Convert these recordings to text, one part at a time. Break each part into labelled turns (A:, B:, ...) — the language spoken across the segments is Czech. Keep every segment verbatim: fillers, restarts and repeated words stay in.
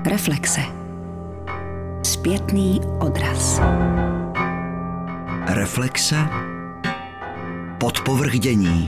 A: Reflexe. Zpětný odraz.
B: Reflexe. Podpovrchdění.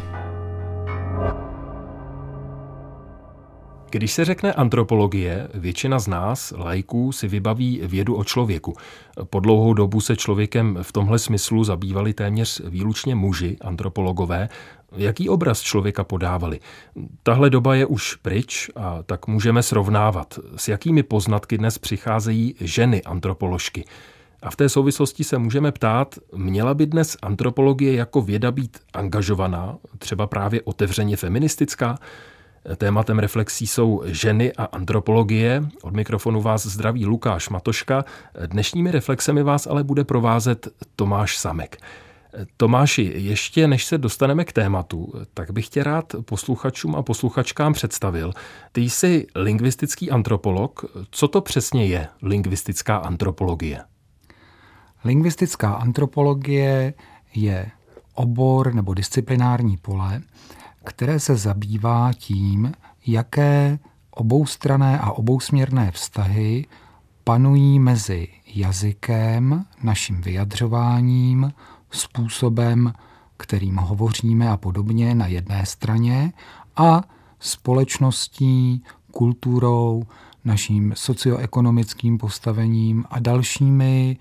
C: Když se řekne antropologie, většina z nás, laiků, si vybaví vědu o člověku. Po dlouhou dobu se člověkem v tomhle smyslu zabývali téměř výlučně muži, antropologové. Jaký obraz člověka podávali? Tahle doba je už pryč a tak můžeme srovnávat, s jakými poznatky dnes přicházejí ženy antropoložky. A v té souvislosti se můžeme ptát, měla by dnes antropologie jako věda být angažovaná, třeba právě otevřeně feministická? Tématem reflexí jsou ženy a antropologie. Od mikrofonu vás zdraví Lukáš Matoška. Dnešními reflexemi vás ale bude provázet Tomáš Samek. Tomáši, ještě než se dostaneme k tématu, tak bych tě rád posluchačům a posluchačkám představil. Ty jsi lingvistický antropolog. Co to přesně je lingvistická antropologie?
D: Lingvistická antropologie je obor nebo disciplinární pole, které se zabývá tím, jaké oboustranné a obousměrné vztahy panují mezi jazykem, naším vyjadřováním, způsobem, kterým hovoříme a podobně na jedné straně a společností, kulturou, naším socioekonomickým postavením a dalšími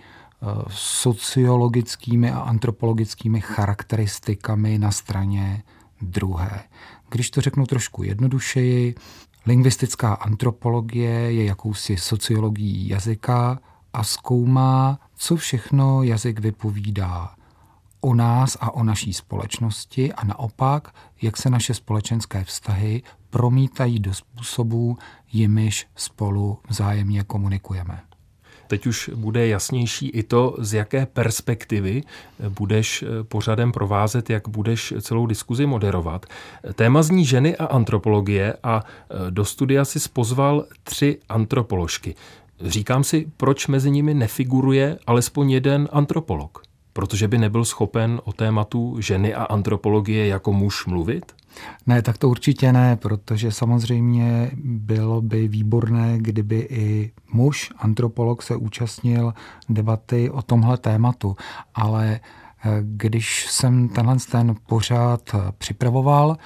D: sociologickými a antropologickými charakteristikami na straně druhé. Když to řeknu trošku jednodušeji, lingvistická antropologie je jakousi sociologií jazyka a zkoumá, co všechno jazyk vypovídá o nás a o naší společnosti a naopak, jak se naše společenské vztahy promítají do způsobů, jimiž spolu vzájemně komunikujeme.
C: Teď už bude jasnější i to, z jaké perspektivy budeš pořadem provázet, jak budeš celou diskuzi moderovat. Téma zní ženy a antropologie a do studia si pozval tři antropoložky. Říkám si, proč mezi nimi nefiguruje alespoň jeden antropolog? Protože by nebyl schopen o tématu ženy a antropologie jako muž mluvit?
D: Ne, tak to určitě ne, protože samozřejmě bylo by výborné, kdyby i muž, antropolog, se účastnil debaty o tomhle tématu. Ale když jsem tenhle ten pořad připravoval,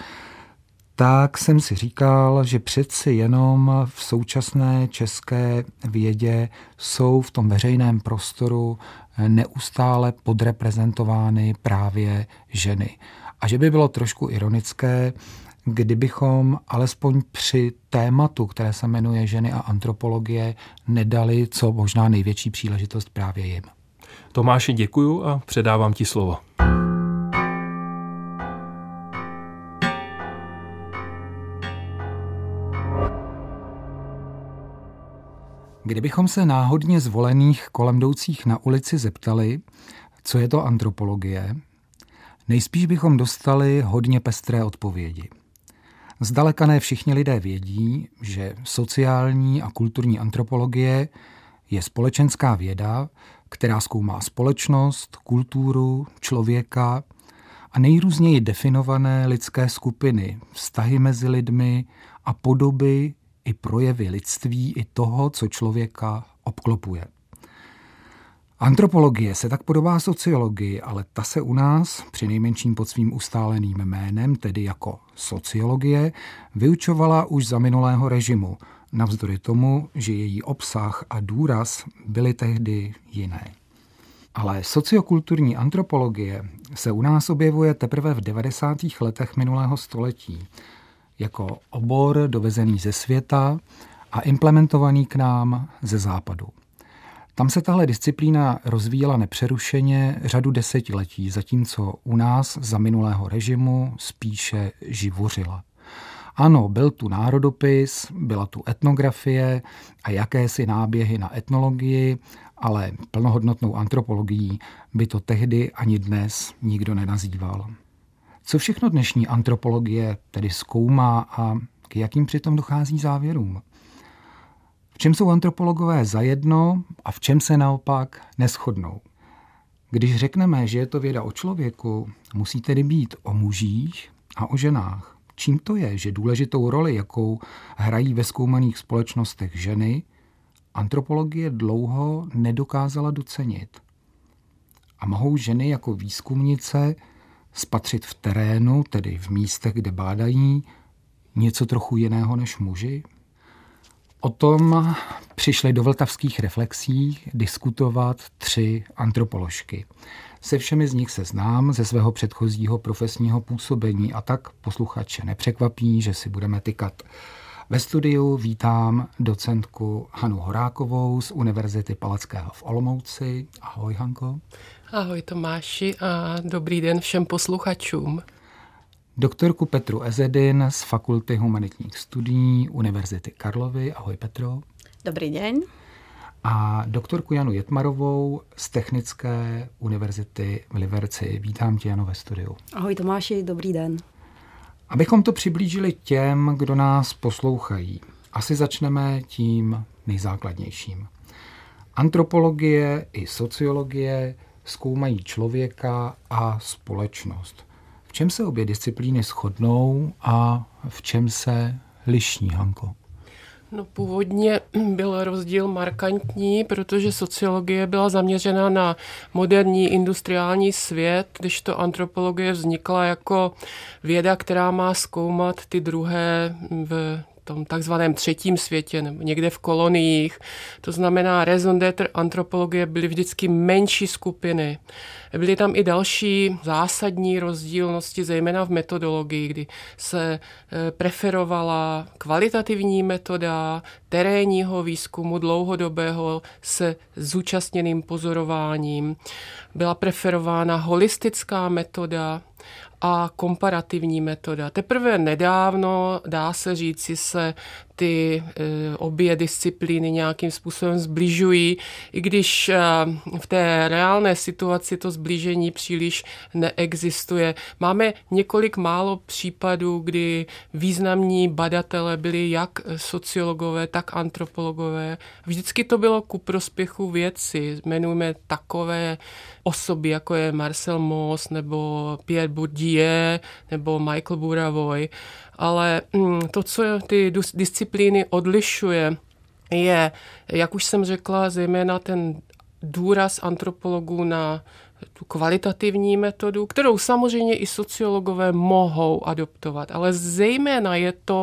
D: tak jsem si říkal, že přeci jenom v současné české vědě jsou v tom veřejném prostoru neustále podreprezentovány právě ženy. A že by bylo trošku ironické, kdybychom alespoň při tématu, které se jmenuje ženy a antropologie, nedali co možná největší příležitost právě jim.
C: Tomáši, děkuju a předávám ti slovo.
D: Kdybychom se náhodně zvolených kolem jdoucích na ulici zeptali, co je to antropologie, nejspíš bychom dostali hodně pestré odpovědi. Zdaleka ne všichni lidé vědí, že sociální a kulturní antropologie je společenská věda, která zkoumá společnost, kulturu, člověka a nejrůzněji definované lidské skupiny, vztahy mezi lidmi a podoby i projevy lidství i toho, co člověka obklopuje. Antropologie se tak podobá sociologii, ale ta se u nás, přinejmenším pod svým ustáleným jménem, tedy jako sociologie, vyučovala už za minulého režimu, navzdory tomu, že její obsah a důraz byly tehdy jiné. Ale sociokulturní antropologie se u nás objevuje teprve v devadesátých letech minulého století, jako obor dovezený ze světa a implementovaný k nám ze západu. Tam se tahle disciplína rozvíjela nepřerušeně řadu desetiletí, zatímco u nás za minulého režimu spíše živořila. Ano, byl tu národopis, byla tu etnografie a jakési náběhy na etnologii, ale plnohodnotnou antropologií by to tehdy ani dnes nikdo nenazýval. Co všechno dnešní antropologie tedy zkoumá a k jakým přitom dochází závěrům? V čem jsou antropologové zajedno a v čem se naopak neshodnou? Když řekneme, že je to věda o člověku, musí tedy být o mužích a o ženách. Čím to je, že důležitou roli, jakou hrají ve zkoumaných společnostech ženy, antropologie dlouho nedokázala docenit. A mohou ženy jako výzkumnice spatřit v terénu, tedy v místech, kde bádají, něco trochu jiného než muži? O tom přišly do vltavských reflexí diskutovat tři antropoložky. Se všemi z nich se znám ze svého předchozího profesního působení a tak posluchače nepřekvapí, že si budeme tykat. Ve studiu vítám docentku Hanu Horákovou z Univerzity Palackého v Olomouci. Ahoj, Hanko.
A: Ahoj, Tomáši, a dobrý den všem posluchačům.
D: Doktorku Petru Ezedin z Fakulty humanitních studií Univerzity Karlovy. Ahoj, Petro.
B: Dobrý den.
D: A doktorku Janu Jetmarovou z Technické univerzity v Liberci. Vítám tě, Jano, ve studiu.
B: Ahoj, Tomáši, dobrý den.
D: Abychom to přiblížili těm, kdo nás poslouchají, asi začneme tím nejzákladnějším. Antropologie i sociologie zkoumají člověka a společnost. V čem se obě disciplíny shodnou a v čem se liší, Hanko?
A: No, původně byl rozdíl markantní, protože sociologie byla zaměřena na moderní industriální svět, když to antropologie vznikla jako věda, která má zkoumat ty druhé v tom takzvaném třetím světě nebo někde v koloniích. To znamená, raison d'être antropologie byly vždycky menší skupiny. Byly tam i další zásadní rozdílnosti, zejména v metodologii, kdy se preferovala kvalitativní metoda terénního výzkumu dlouhodobého se zúčastněným pozorováním. Byla preferována holistická metoda a komparativní metoda. Teprve nedávno, dá se říci, se ty e, obě disciplíny nějakým způsobem zbližují, i když e, v té reálné situaci to zblížení příliš neexistuje. Máme několik málo případů, kdy významní badatelé byli jak sociologové, tak antropologové. Vždycky to bylo ku prospěchu věci. Jmenujeme takové osoby, jako je Marcel Mauss nebo Pierre Bourdieu nebo Michael Burawoy. Ale to, co ty disciplíny odlišuje, je, jak už jsem řekla, zejména ten důraz antropologů na tu kvalitativní metodu, kterou samozřejmě i sociologové mohou adoptovat, ale zejména je to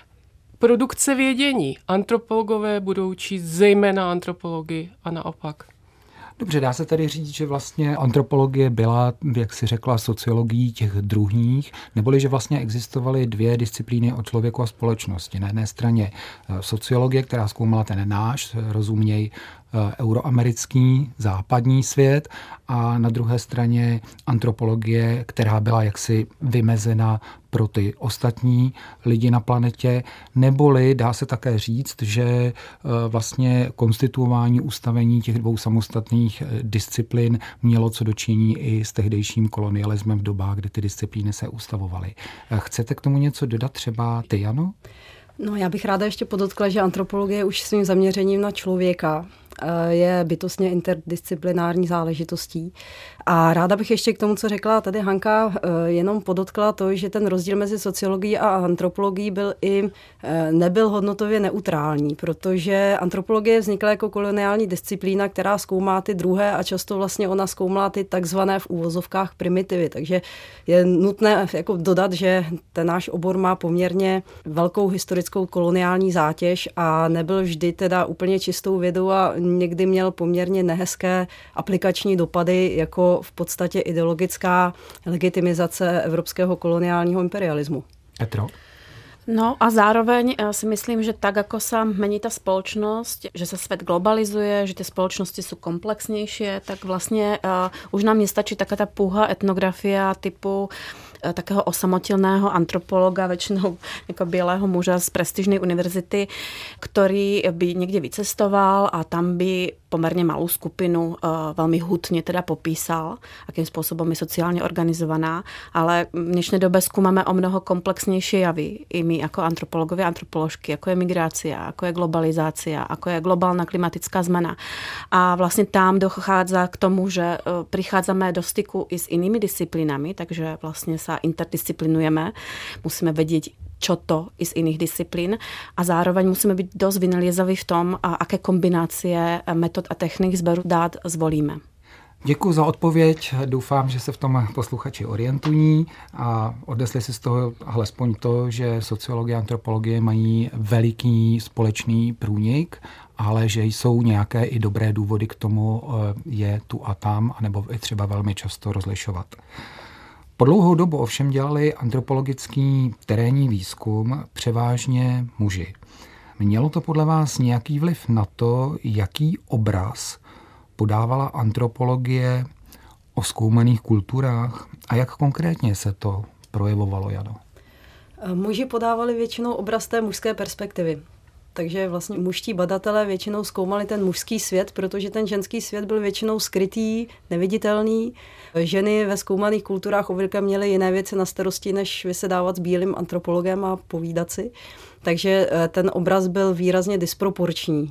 A: produkce vědění. Antropologové budou číst zejména antropologii a naopak.
D: Dobře, dá se tedy říct, že vlastně antropologie byla, jak si řekla, sociologií těch druhých, neboli že vlastně existovaly dvě disciplíny o člověku a společnosti. Na jedné straně sociologie, která zkoumala ten náš, rozuměj, euroamerický, západní svět, a na druhé straně antropologie, která byla jaksi vymezena pro ty ostatní lidi na planetě, neboli dá se také říct, že vlastně konstituování ustavení těch dvou samostatných disciplín mělo co dočinění i s tehdejším kolonialismem v dobách, kdy ty disciplíny se ustavovaly. Chcete k tomu něco dodat třeba ty, Jano?
B: No, já bych ráda ještě podotkla, že antropologie už svým zaměřením na člověka je bytostně interdisciplinární záležitostí. A ráda bych ještě k tomu, co řekla tady Hanka, jenom podotkla to, že ten rozdíl mezi sociologií a antropologií byl i nebyl hodnotově neutrální, protože antropologie vznikla jako koloniální disciplína, která zkoumá ty druhé a často vlastně ona zkoumala ty takzvané v úvozovkách primitivy. Takže je nutné jako dodat, že ten náš obor má poměrně velkou historickou koloniální zátěž a nebyl vždy teda úplně čistou vědou a někdy měl poměrně nehezké aplikační dopady jako v podstatě ideologická legitimizace evropského koloniálního imperialismu.
D: Petro?
B: No a zároveň si myslím, že tak, ako sa mení tá spoločnosť, že sa svet globalizuje, že tie spoločnosti sú komplexnejšie, tak vlastne uh, už nám nestačí taká tá púha etnografia typu takého osamotilného antropologa, väčšinou jako bielého muža z prestižnej univerzity, ktorý by niekde vycestoval a tam by pomerne malú skupinu uh, veľmi hutne teda popísal, akým spôsobom je sociálne organizovaná, ale v dnešnej dobe skúmame o mnoho komplexnejšie javy, i my ako antropologovia a antropoložky, ako je migrácia, ako je globalizácia, ako je globálna klimatická zmena. A vlastne tam dochádza k tomu, že uh, prichádzame do styku i s inými disciplínami, takže vlastne sa interdisciplinujeme. Musíme vedieť
E: čo to i z iných disciplín a zároveň musíme být dost vynaliezaví v tom, aké kombinácie metod a technik sběru dát zvolíme.
D: Děkuji za odpověď. Doufám, že se v tom posluchači orientují a odnesli si z toho alespoň to, že sociologie a antropologie mají veliký společný průnik, ale že jsou nějaké i dobré důvody k tomu je tu a tam, anebo i třeba velmi často rozlišovat. Po dlouhou dobu ovšem dělali antropologický terénní výzkum převážně muži. Mělo to podle vás nějaký vliv na to, jaký obraz podávala antropologie o zkoumaných kulturách a jak konkrétně se to projevovalo, Jano?
B: Muži podávali většinou obraz té mužské perspektivy. Takže vlastně mužští badatelé většinou zkoumali ten mužský svět, protože ten ženský svět byl většinou skrytý, neviditelný. Ženy ve zkoumaných kulturách obvykle měly jiné věci na starosti, než vysedávat s bílým antropologem a povídat si. Takže ten obraz byl výrazně disproporční.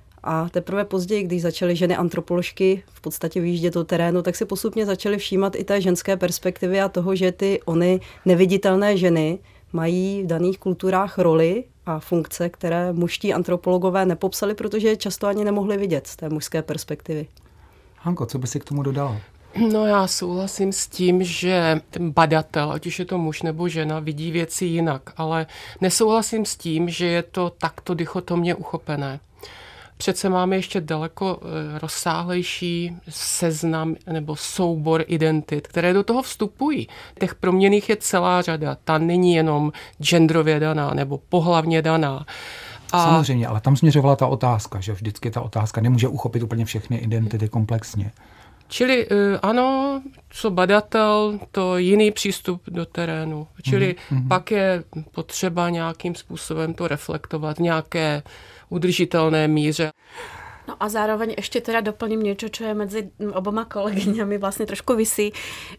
B: A teprve později, když začaly ženy antropoložky v podstatě vyjíždět do terénu, tak si postupně začaly všímat i té ženské perspektivy a toho, že ty ony neviditelné ženy mají v daných kulturách roli a funkce, které mužští antropologové nepopsali, protože je často ani nemohli vidět z té mužské perspektivy.
D: Hanko, co by si k tomu dodala?
A: No já souhlasím s tím, že ten badatel, ať už je to muž nebo žena, vidí věci jinak, ale nesouhlasím s tím, že je to takto dichotomně uchopené. Přece máme ještě daleko rozsáhlejší seznam nebo soubor identit, které do toho vstupují. Těch proměnných je celá řada. Ta není jenom genderově daná nebo pohlavně daná.
D: A... Samozřejmě, ale tam směřovala ta otázka, že vždycky ta otázka nemůže uchopit úplně všechny identity komplexně.
A: Čili ano, co badatel, to jiný přístup do terénu. Čili mm-hmm. pak je potřeba nějakým způsobem to reflektovat v nějaké udržitelné míře.
E: No a zároveň ešte teda doplním niečo, čo je medzi oboma kolegyňami vlastne trošku visí,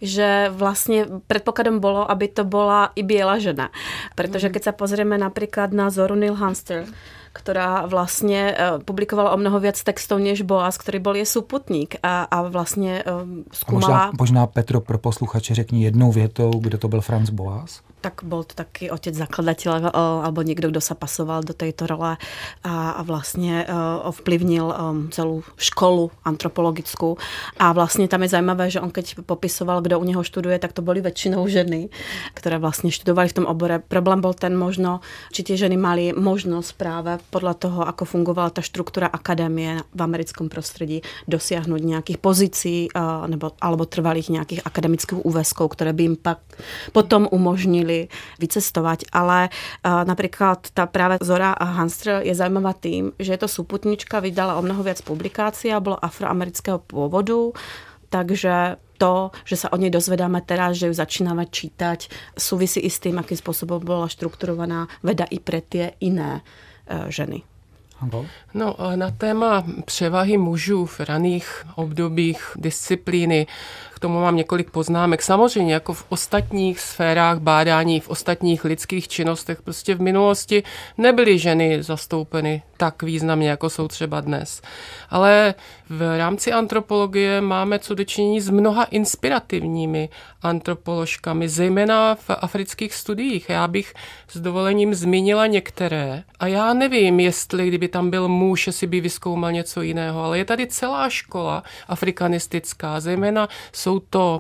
E: že vlastne predpokladom bolo, aby to bola i biela žena. Pretože keď sa pozrieme napríklad na Zoru Neale Hunster, ktorá vlastne publikovala o mnoho viac textov než Boas, ktorý bol je súputník a, a vlastne skúmala...
D: Možná, možná Petro pro posluchače řekni jednou větou, kde to byl Franz Boas?
E: Tak bol to taký otec zakladateľ alebo niekto, kto sa pasoval do tejto role a, a vlastne ovplyvnil celú školu antropologickú. A vlastne tam je zaujímavé, že on keď popisoval, kto u neho študuje, tak to boli väčšinou ženy, ktoré vlastne študovali v tom obore. Problém bol ten možno, či tie ženy mali možnosť práve podľa toho, ako fungovala tá štruktúra akadémie v americkom prostredí, dosiahnuť nejakých pozícií nebo, alebo trvalých nejakých akademických úväzkov, ktoré by im pak potom umožnili vycestovať, ale uh, napríklad tá práve Zora Hunster je zaujímavá tým, že je to súputnička, vydala o mnoho viac publikácií a bolo afroamerického pôvodu, takže to, že sa o nej dozvedáme teraz, že ju začíname čítať, súvisí i s tým, akým spôsobom bola štrukturovaná veda i pre tie iné uh, ženy.
A: No, na téma převahy mužů v raných obdobích disciplíny, k tomu mám několik poznámek. Samozřejmě jako v ostatních sférách bádání, v ostatních lidských činnostech prostě v minulosti nebyly ženy zastoupeny tak významně, jako jsou třeba dnes. Ale v rámci antropologie máme co dočinění s mnoha inspirativními antropoložkami, zejména v afrických studiích. Já bych s dovolením zmínila některé. A já nevím, jestli kdyby tam byl muž, jestli by vyzkoumal něco jiného, ale je tady celá škola afrikanistická, zejména jsou to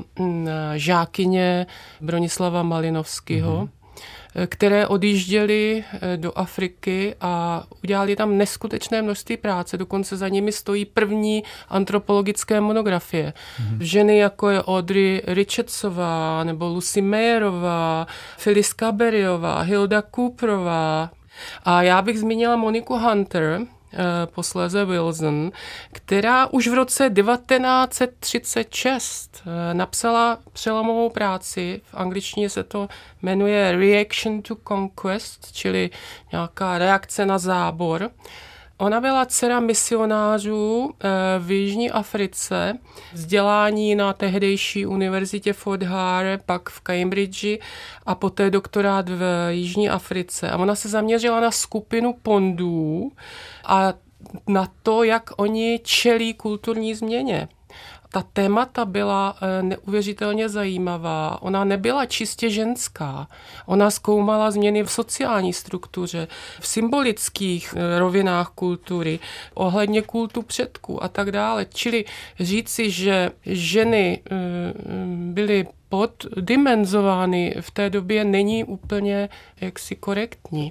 A: žákyně Bronislava Malinovského, mm-hmm. které odjížděly do Afriky a udělali tam neskutečné množství práce. Dokonce za nimi stojí první antropologické monografie. Mm-hmm. Ženy jako je Audrey Richardsová nebo Lucy Mayerová, Phyllis Kaberiová, Hilda Cooperová. A já bych zmínila Moniku Hunter, posléze Wilson, která už v roce devatenáct set třicet šest napsala přelomovou práci, v angličtině se to jmenuje Reaction to Conquest, čili nějaká reakce na zábor. Ona byla dcera misionářů v Jižní Africe, vzdělání na tehdejší univerzitě Fort Hare, pak v Cambridge a poté doktorát v Jižní Africe. A ona se zaměřila na skupinu pondů a na to, jak oni čelí kulturní změně. ta témata byla neuvěřitelně zajímavá. Ona nebyla čistě ženská. Ona zkoumala změny v sociální struktuře, v symbolických rovinách kultury, ohledně kultu předků a tak dále. Čili říci, že ženy byly poddimenzovány v té době, není úplně jaksi korektní.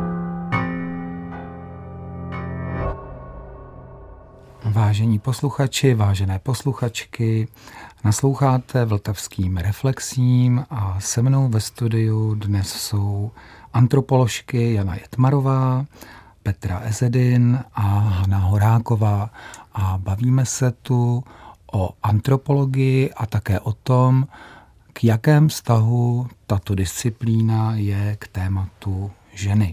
D: Vážení posluchači, vážené posluchačky, nasloucháte Vltavským reflexím a se mnou ve studiu dnes jsou antropoložky Jana Jetmarová, Petra Ezedin a Hana Horáková a bavíme se tu o antropologii a také o tom, k jakém vztahu tato disciplína je k tématu ženy.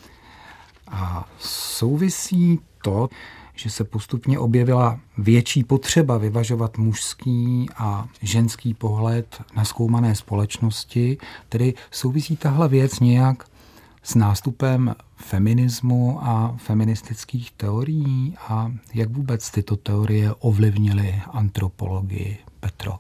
D: A souvisí to, že se postupně objevila větší potřeba vyvažovat mužský a ženský pohled na zkoumané společnosti, tedy souvisí tahle věc nějak s nástupem feminismu a feministických teorií a jak vůbec tyto teorie ovlivnily antropologii, Petro?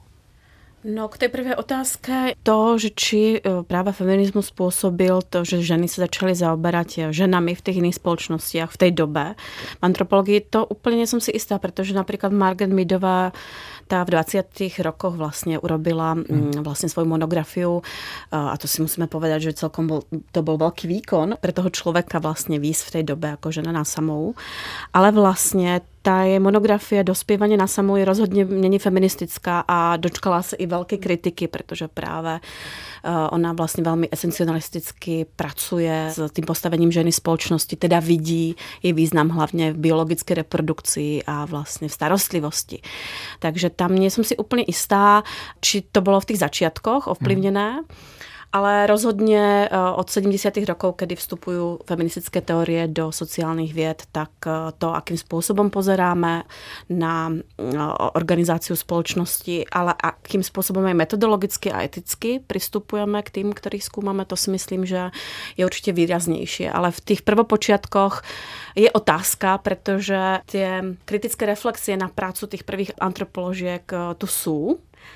E: No, k té prvé otázke, to, že či práve feminizmus spôsobil to, že ženy sa začali zaoberať ženami v tých iných spoločnostiach v tej dobe. V antropologii to úplne nie som si istá, pretože napríklad Margaret Meadová tá v dvadsiatych rokoch vlastne urobila mm. vlastne svoju monografiu a to si musíme povedať, že celkom bol, to bol veľký výkon pre toho človeka vlastne výsť v tej dobe ako žena na samou. Ale vlastne tá je monografia Dospievanie na samou je rozhodne není feministická a dočkala sa i veľké kritiky, pretože práve ona vlastne veľmi esencionalisticky pracuje s tým postavením ženy spoločnosti, teda vidí jej význam hlavne v biologickej reprodukcii a vlastne v starostlivosti. Takže tam nie som si úplne istá, či to bolo v tých začiatkoch ovplyvnené, hmm. Ale rozhodne od sedemdesiatych rokov, kedy vstupujú feministické teórie do sociálnych vied, tak to, akým spôsobom pozeráme na organizáciu spoločnosti, ale akým spôsobom aj metodologicky a eticky pristupujeme k tým, ktorých skúmame, to si myslím, že je určite výraznejšie. Ale v tých prvopočiatkoch je otázka, pretože tie kritické reflexie na prácu tých prvých antropoložiek tu sú.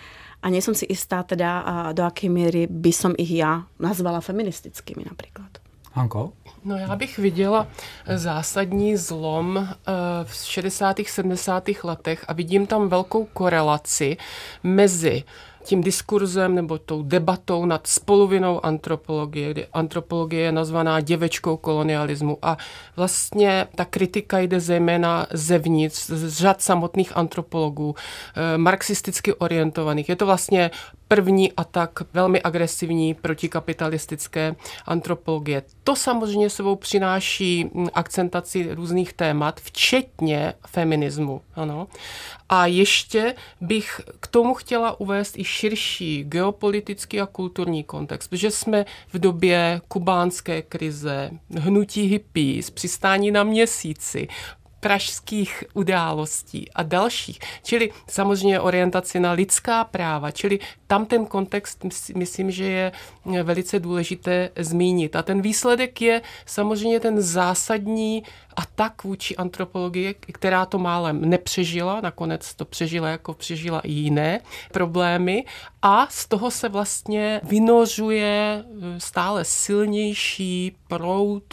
E: A nie som si istá teda, do akej miery by som ich ja nazvala feministickými napríklad.
D: Hanko?
A: No já bych viděla zásadní zlom v šedesátých, sedmdesátých letech a vidím tam velkou korelaci mezi tím diskurzem nebo tou debatou nad spoluvinou antropologie, kdy antropologie je nazvaná děvečkou kolonialismu a vlastně ta kritika jde zejména zevnitř, z řad samotných antropologů, marxisticky orientovaných. Je to vlastně první atak velmi agresivní protikapitalistické antropologie. To samozřejmě sebou přináší akcentaci různých témat, včetně feminismu. Ano. A ještě bych k tomu chtěla uvést i širší geopolitický a kulturní kontext, protože jsme v době kubánské krize, hnutí hippies, přistání na měsíci, pražských událostí a dalších. Čili samozřejmě orientaci na lidská práva, čili tam ten kontext myslím, že je velice důležité zmínit. A ten výsledek je samozřejmě ten zásadní atak vůči antropologii, která to málem nepřežila, nakonec to přežila, jako přežila i jiné problémy a z toho se vlastně vynořuje stále silnější proud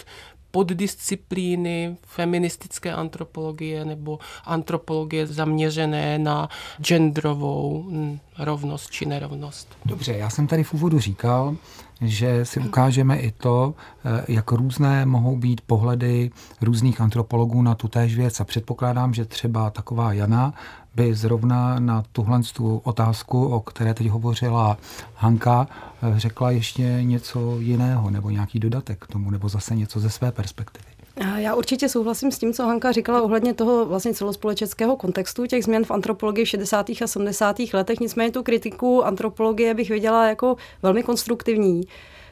A: poddisciplíny feministické antropologie nebo antropologie zaměřené na genderovou rovnost či nerovnost.
D: Dobře, já jsem tady v úvodu říkal, že si ukážeme i to, jak různé mohou být pohledy různých antropologů na tutéž věc a předpokládám, že třeba taková Jana by zrovna na tuhle otázku, o které teď hovořila Hanka, řekla ještě něco jiného nebo nějaký dodatek k tomu, nebo zase něco ze své perspektivy.
B: Já určitě souhlasím s tím, co Hanka říkala ohledně toho vlastně celospolečenského kontextu těch změn v antropologii v šedesátých a sedmdesátých letech. Nicméně tu kritiku antropologie bych viděla jako velmi konstruktivní,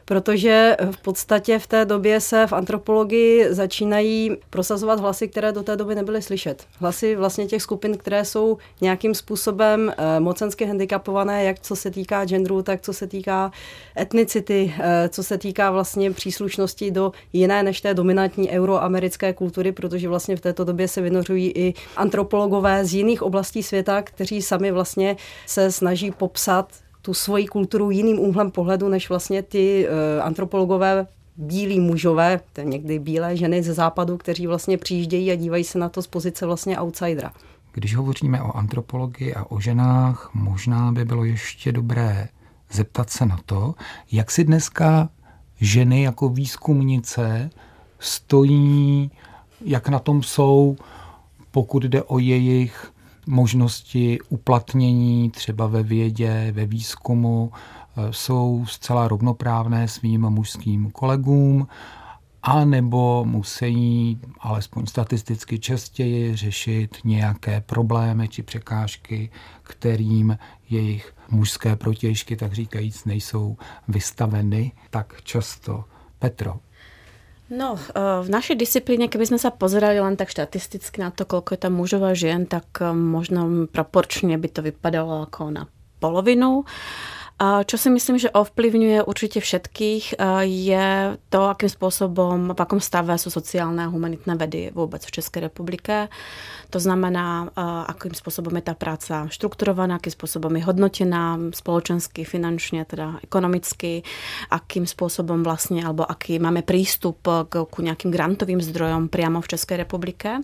B: protože v podstatě v té době se v antropologii začínají prosazovat hlasy, které do té doby nebyly slyšet. Hlasy vlastně těch skupin, které jsou nějakým způsobem mocensky handicapované, jak co se týká genderu, tak co se týká etnicity, co se týká vlastně příslušnosti do jiné než té dominantní euroamerické kultury, protože vlastně v této době se vynořují i antropologové z jiných oblastí světa, kteří sami vlastně se snaží popsat tu svoji kulturu jiným úhlem pohledu, než vlastně ty uh, antropologové bílí mužové, to někdy bílé ženy ze západu, kteří vlastně přijíždějí a dívají se na to z pozice vlastně outsidera.
D: Když hovoříme o antropologii a o ženách, možná by bylo ještě dobré zeptat se na to, jak si dneska ženy jako výzkumnice stojí, jak na tom jsou, pokud jde o jejich možnosti uplatnění třeba ve vědě, ve výzkumu, jsou zcela rovnoprávné svým mužským kolegům, anebo musí alespoň statisticky častěji řešit nějaké problémy či překážky, kterým jejich mužské protějšky, tak říkajíc, nejsou vystaveny tak často. Petro.
E: No, v našej disciplíne, keby sme sa pozerali len tak štatisticky na to, koľko je tam mužov a žien, tak možno proporčne by to vypadalo ako na polovinu. Čo si myslím, že ovplyvňuje určite všetkých, je to, akým spôsobom, v akom stave sú sociálne a humanitné vedy vôbec v Českej republike. To znamená, akým spôsobom je tá práca štrukturovaná, akým spôsobom je hodnotená spoločensky, finančne, teda ekonomicky, akým spôsobom vlastne, alebo aký máme prístup k, ku nejakým grantovým zdrojom priamo v Českej republike.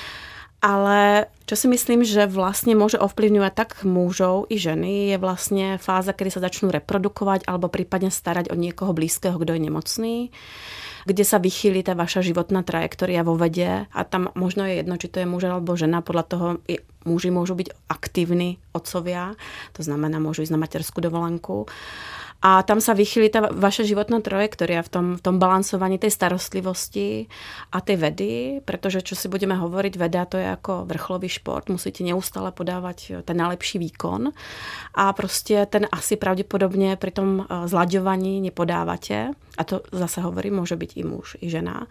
E: Ale čo si myslím, že vlastne môže ovplyvňovať tak mužov i ženy, je vlastne fáza, kedy sa začnú reprodukovať alebo prípadne starať o niekoho blízkeho, kto je nemocný, kde sa vychýli tá vaša životná trajektória vo vede a tam možno je jedno, či to je muž alebo žena, podľa toho je, muži môžu byť aktívni otcovia, to znamená, môžu ísť na materskú dovolenku. A tam sa vychýli tá vaša životná trajektória v tom, v tom balansovaní tej starostlivosti a tej vedy, pretože čo si budeme hovoriť, veda to je ako vrcholový šport, musíte neustále podávať ten najlepší výkon a proste ten asi pravdepodobne pri tom zlaďovaní nepodávate. A to zase hovorím, môže byť i muž, i žena.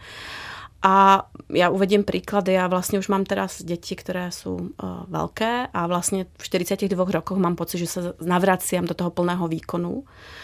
E: A ja uvediem príklady, ja vlastne už mám teraz deti, ktoré sú uh, veľké a vlastne v štyridsiatich dvoch rokoch mám pocit, že sa navraciam do toho plného výkonu,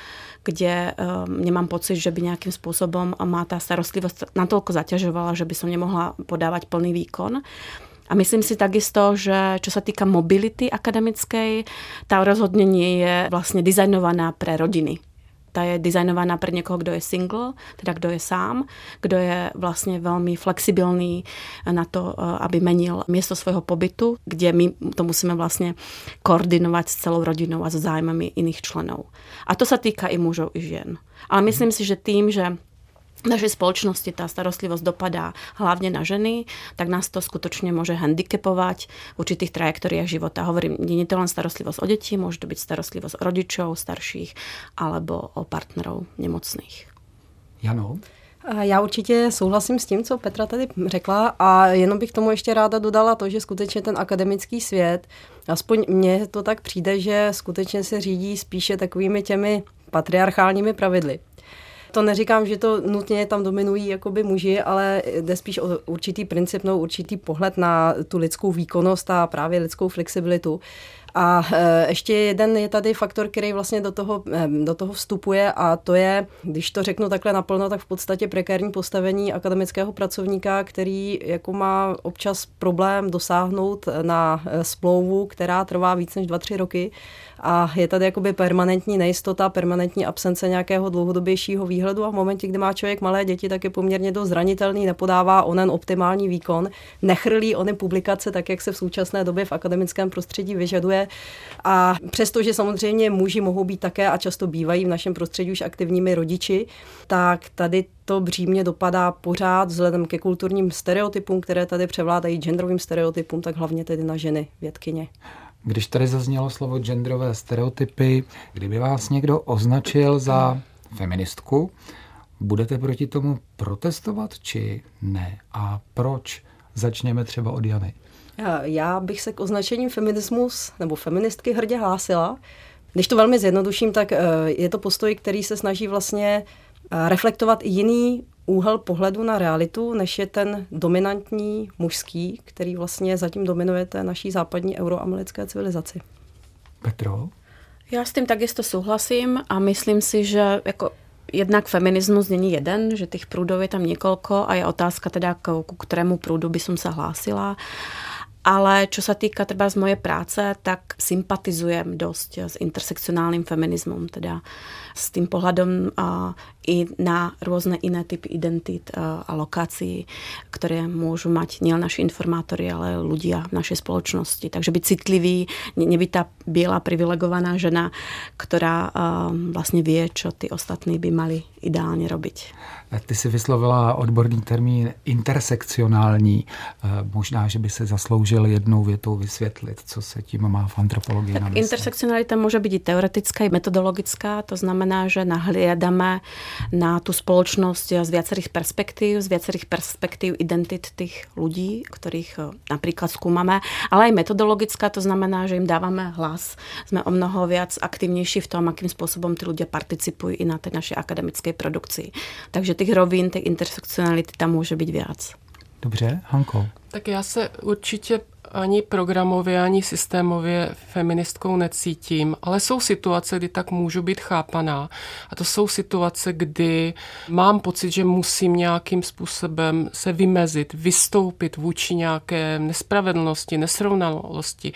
E: kde um, nemám pocit, že by nejakým spôsobom ma tá starostlivosť natoľko zaťažovala, že by som nemohla podávať plný výkon. A myslím si takisto, že čo sa týka mobility akademickej, tá rozhodne nie je vlastne dizajnovaná pre rodiny. Tá je dizajnovaná pre niekoho, kto je single, teda kto je sám, kto je vlastne veľmi flexibilný na to, aby menil miesto svojho pobytu, kde my to musíme vlastne koordinovať s celou rodinou a so zájmami iných členov. A to sa týka i mužov, i žien. Ale myslím si, že tým, že v našej spoločnosti tá starostlivosť dopadá hlavne na ženy, tak nás to skutočne môže handicapovať v určitých trajektóriách života. Hovorím, nie je to len starostlivosť o deti, môže to byť starostlivosť o rodičov, starších alebo o partnerov nemocných.
D: Jano?
B: Já určitě souhlasím s tím, co Petra tady řekla a jenom bych tomu ještě ráda dodala to, že skutečně ten akademický svět, aspoň mně to tak přijde, že skutečně se řídí spíše takovými těmi patriarchálními pravidly. To neříkám, že to nutně tam dominují jakoby muži, ale jde spíš o určitý princip, no, určitý pohled na tu lidskou výkonnost a právě lidskou flexibilitu. A ještě jeden je tady faktor, který vlastně do toho, do toho vstupuje a to je, když to řeknu takhle naplno, tak v podstatě prekérní postavení akademického pracovníka, který jako má občas problém dosáhnout na smlouvu, která trvá víc než dva, tři roky a je tady jakoby permanentní nejistota, permanentní absence nějakého dlouhodobějšího výhledu a v momentě, kdy má člověk malé děti, tak je poměrně dost zranitelný, nepodává onen optimální výkon, nechrlí ony publikace tak, jak se v současné době v akademickém prostředí vyžaduje. A přestože samozřejmě muži mohou být také a často bývají v našem prostředí už aktivními rodiči, tak tady to břímě dopadá pořád vzhledem ke kulturním stereotypům, které tady převládají, genderovým stereotypům, tak hlavně tedy na ženy vědkyně.
D: Když tady zaznělo slovo genderové stereotypy, kdyby vás někdo označil za feministku, budete proti tomu protestovat či ne? A proč? Začněme třeba od Jany.
B: Já bych se k označením feminismus nebo feministky hrdě hlásila. Když to velmi zjednoduším, tak je to postoj, který se snaží vlastně reflektovat i jiný úhel pohledu na realitu, než je ten dominantní mužský, který vlastně zatím dominuje té naší západní euroamerické civilizaci.
D: Petro?
E: Já s tím takisto souhlasím a myslím si, že jako jednak feminismus není jeden, že těch prúdov je tam niekoľko a je otázka teda, ku ktorému prúdu by som sa hlásila. Ale čo sa týka treba z mojej práce, tak sympatizujem dosť s intersekcionálnym feminizmom, teda s tým pohľadom uh, i na rôzne iné typy identít uh, a lokácií, ktoré môžu mať nielen naši informátori, ale ľudia v našej spoločnosti. Takže byť citlivý, ne, nebyť tá biela privilegovaná žena, ktorá uh, vlastne vie, čo tí ostatní by mali ideálne robiť.
D: Ty si vyslovila odborný termín intersekcionální. Možná, že by se zasloužil jednou větou vysvětlit, co se tím má v antropologii na mysli.
E: Intersekcionalita môže byť i teoretická, i metodologická. To znamená, že nahliadame na tú spoločnosť z viacerých perspektív, z viacerých perspektív identit tých ľudí, ktorých napríklad skúmame, ale aj metodologická, to znamená, že im dávame hlas. Sme o mnoho viac aktivnější v tom, akým spôsobom tí ľudia participujú i na tej našej akademickej produkcii. Takže těch rovin, těch intersekcionality tam může být viac.
D: Dobře, Hanko.
A: Tak já se určitě ani programově, ani systémově feministkou necítím, ale jsou situace, kdy tak můžu být chápaná. A to jsou situace, kdy mám pocit, že musím nějakým způsobem se vymezit, vystoupit vůči nějaké nespravedlnosti, nesrovnalosti.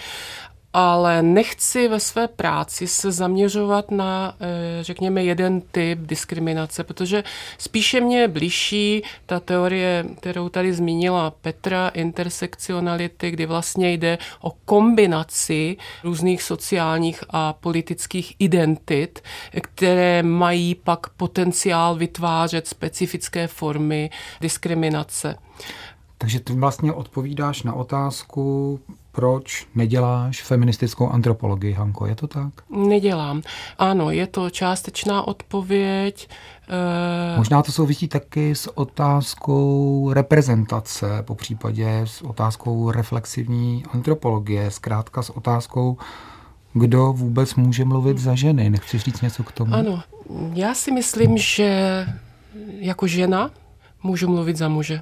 A: Ale nechci ve své práci se zaměřovat na, řekněme, jeden typ diskriminace, protože spíše mě je blížší ta teorie, kterou tady zmínila Petra, intersekcionality, kdy vlastně jde o kombinaci různých sociálních a politických identit, které mají pak potenciál vytvářet specifické formy diskriminace.
D: Takže ty vlastně odpovídáš na otázku, proč neděláš feministickou antropologii, Hanko, je to tak?
A: Nedělám. Ano, je to částečná odpověď.
D: Možná to souvisí taky s otázkou reprezentace, po případě s otázkou reflexivní antropologie, zkrátka s otázkou, kdo vůbec může mluvit za ženy. Nechci říct něco k tomu?
A: Ano, já si myslím, že jako žena můžu mluvit za muže.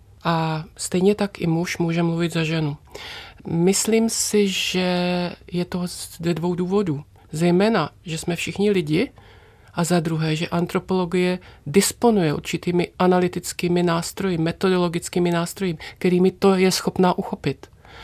A: A stejně tak i muž může mluvit za ženu. Myslím si, že je to ze dvou důvodů. Zejména, že jsme všichni lidi a za druhé, že antropologie disponuje určitými analytickými nástroji, metodologickými nástroji, kterými to je schopná uchopit.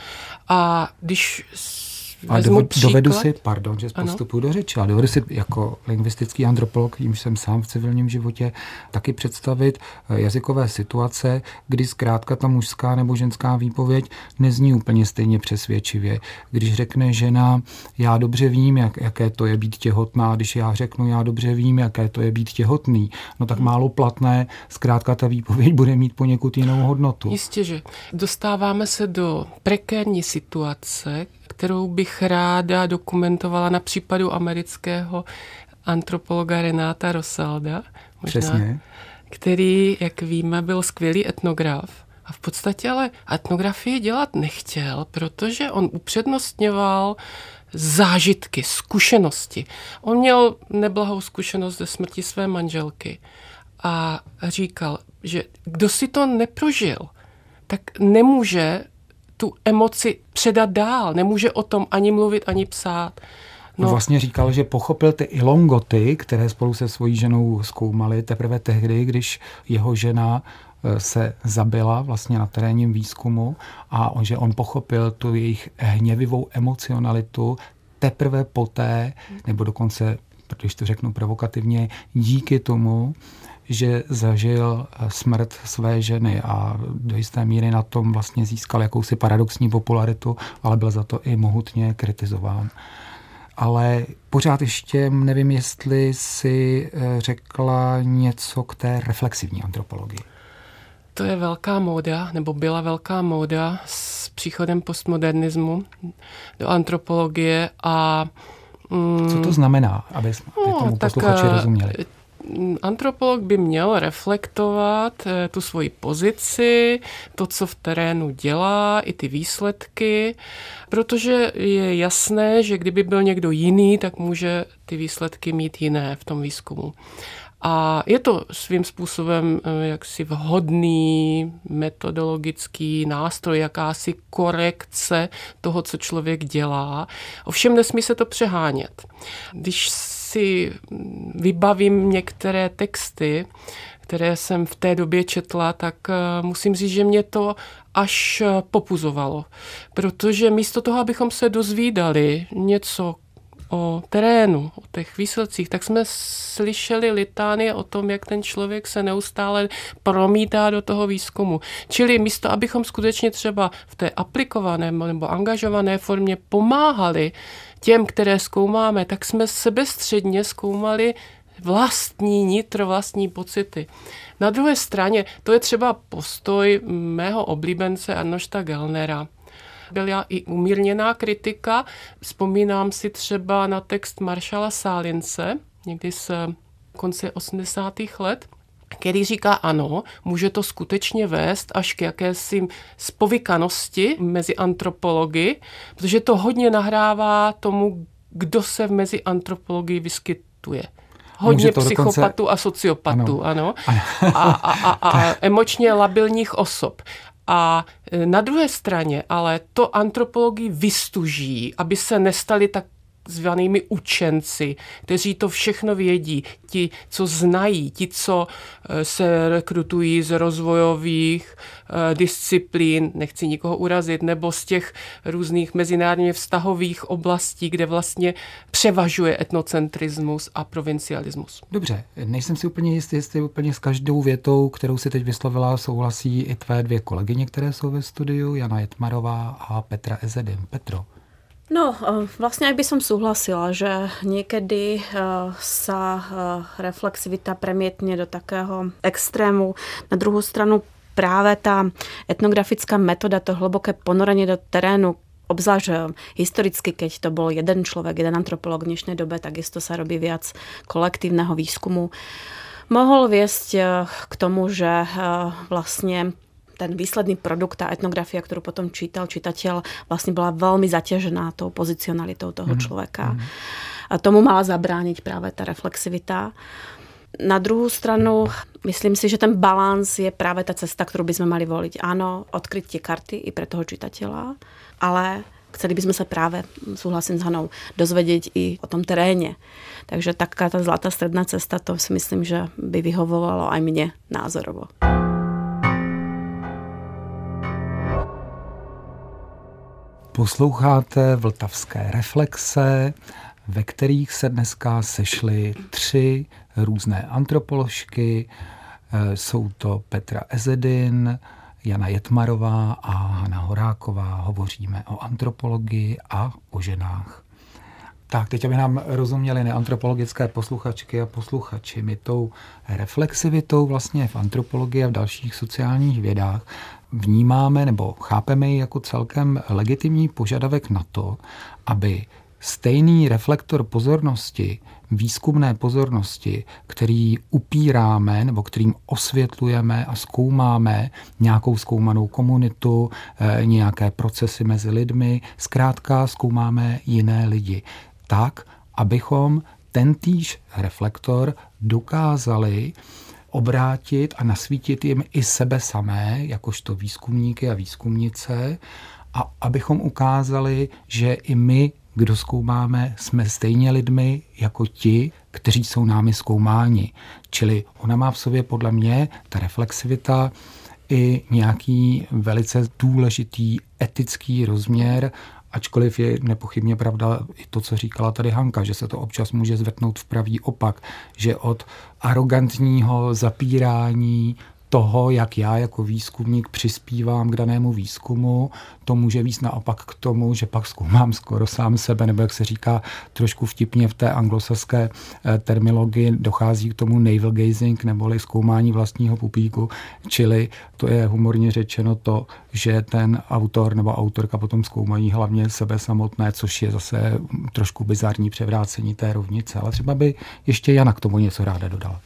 A: A když
D: A dovedu, dovedu si, pardon, že postupuji do řeči, ale dovedu si jako lingvistický antropolog, jimž jsem sám v civilním životě, taky představit jazykové situace, kdy zkrátka ta mužská nebo ženská výpověď nezní úplně stejně přesvědčivě. Když řekne žena, já dobře vím, jak, jaké to je být těhotná, když já řeknu, já dobře vím, jaké to je být těhotný, no tak málo platné, zkrátka ta výpověď bude mít poněkud jinou hodnotu.
A: Jistě, že dostáváme se do prekérní situace, kterou bych ráda dokumentovala na případu amerického antropologa Renáta Rosalda, možná,
D: Přesně.
A: který, jak víme, byl skvělý etnograf. A v podstatě ale etnografii dělat nechtěl, protože on upřednostňoval zážitky, zkušenosti. On měl neblahou zkušenost ze smrti své manželky a říkal, že kdo si to neprožil, tak nemůže tu emoci předat dál. Nemůže o tom ani mluvit, ani psát.
D: No. On vlastně říkal, že pochopil ty ilongoty, které spolu se svojí ženou zkoumali teprve tehdy, když jeho žena se zabila vlastně na terénním výzkumu a on, že on pochopil tu jejich hněvivou emocionalitu teprve poté, nebo dokonce, když to řeknu provokativně, díky tomu, že zažil smrt své ženy a do jisté míry na tom vlastně získal jakousi paradoxní popularitu, ale byl za to i mohutně kritizován. Ale pořád ještě nevím, jestli si řekla něco k té reflexivní antropologii.
A: To je velká móda, nebo byla velká móda s příchodem postmodernismu do antropologie a...
B: Mm,
D: Co to znamená, aby jsme
A: no,
D: tomu posluchači rozuměli?
A: Antropolog by měl reflektovat tu svoji pozici, to, co v terénu dělá, i ty výsledky, protože je jasné, že kdyby byl někdo jiný, tak může ty výsledky mít jiné v tom výzkumu. A je to svým způsobem jaksi vhodný metodologický nástroj, jakási korekce toho, co člověk dělá. Ovšem nesmí se to přehánět. Když si vybavím některé texty, které jsem v té době četla, tak musím říct, že mě to až popuzovalo. Protože místo toho, abychom se dozvídali něco o terénu, o těch výsledcích, tak jsme slyšeli litánie o tom, jak ten člověk se neustále promítá do toho výzkumu. Čili místo, abychom skutečně třeba v té aplikované nebo angažované formě pomáhali těm, které zkoumáme, tak jsme sebestředně zkoumali vlastní nitro, vlastní pocity. Na druhé straně, to je třeba postoj mého oblíbence Arnošta Gellnera. Byla i umírněná kritika. Vzpomínám si třeba na text Marshalla Salince, někdy z konce osmdesátých let, který říká ano, může to skutečně vést až k jakési spovykanosti mezi antropology, protože to hodně nahrává tomu, kdo se v mezi antropologii vyskytuje. Hodně psychopatů dokonce... a sociopatů, ano. ano. A, a, a, a emočně labilních osob. A na druhé straně ale to antropologii vystuží, aby se nestali tak zvanými učenci, kteří to všechno vědí, ti, co znají, ti, co se rekrutují z rozvojových eh, disciplín, nechci nikoho urazit, nebo z těch různých mezinárodně vztahových oblastí, kde vlastně převažuje etnocentrismus a provincialismus.
D: Dobře, nejsem si úplně jistý, jestli úplně s každou větou, kterou si teď vyslovila, souhlasí i tvé dvě kolegyně, které jsou ve studiu, Jana Jetmarová a Petra Ezedin. Petro.
E: No, vlastne aj by som súhlasila, že niekedy sa reflexivita premietne do takého extrému. Na druhú stranu práve tá etnografická metóda, to hlboké ponorenie do terénu, obzvlášť historicky, keď to bol jeden človek, jeden antropolog v dnešnej dobe, takisto sa robí viac kolektívneho výskumu, mohol viesť k tomu, že vlastne ten výsledný produkt, tá etnografia, ktorú potom čítal čitateľ, vlastne bola veľmi zaťažená tou pozicionalitou toho mm. človeka. Mm. A tomu mala zabrániť práve tá reflexivita. Na druhú stranu, myslím si, že ten balans je práve tá cesta, ktorú by sme mali voliť. Áno, odkryť tie karty i pre toho čitateľa, ale chceli by sme sa práve, súhlasím s Hanou, dozvedieť i o tom teréne. Takže taká tá zlatá stredná cesta, to si myslím, že by vyhovovalo aj mne názorovo.
D: Posloucháte Vltavské reflexe, ve kterých se dneska sešly tři různé antropoložky. Jsou to Petra Ezedin, Jana Jetmarová a Hana Horáková. Hovoříme o antropologii a o ženách. Tak, teď aby nám rozuměli neantropologické posluchačky a posluchači. My tou reflexivitou vlastně v antropologii a v dalších sociálních vědách vnímáme nebo chápeme ji jako celkem legitimní požadavek na to, aby stejný reflektor pozornosti, výzkumné pozornosti, který upíráme nebo kterým osvětlujeme a zkoumáme nějakou zkoumanou komunitu, nějaké procesy mezi lidmi, zkrátka zkoumáme jiné lidi. Tak, abychom tentýž reflektor dokázali obrátit a nasvítit jim i sebe samé, jakožto výzkumníky a výzkumnice, a abychom ukázali, že i my, kdo zkoumáme, jsme stejně lidmi jako ti, kteří jsou námi zkoumáni. Čili ona má v sobě podle mě, ta reflexivita, i nějaký velice důležitý etický rozměr, ačkoliv je nepochybně pravda i to, co říkala tady Hanka, že se to občas může zvrtnout v pravý opak, že od arrogantního zapírání toho, jak já jako výzkumník přispívám k danému výzkumu, to může víc naopak k tomu, že pak zkoumám skoro sám sebe, nebo jak se říká trošku vtipně v té anglosaské terminologii, dochází k tomu navel gazing, neboli zkoumání vlastního pupíku, čili to je humorně řečeno to, že ten autor nebo autorka potom zkoumají hlavně sebe samotné, což je zase trošku bizarní převrácení té rovnice. Ale třeba by ještě Jana k tomu něco ráda dodala.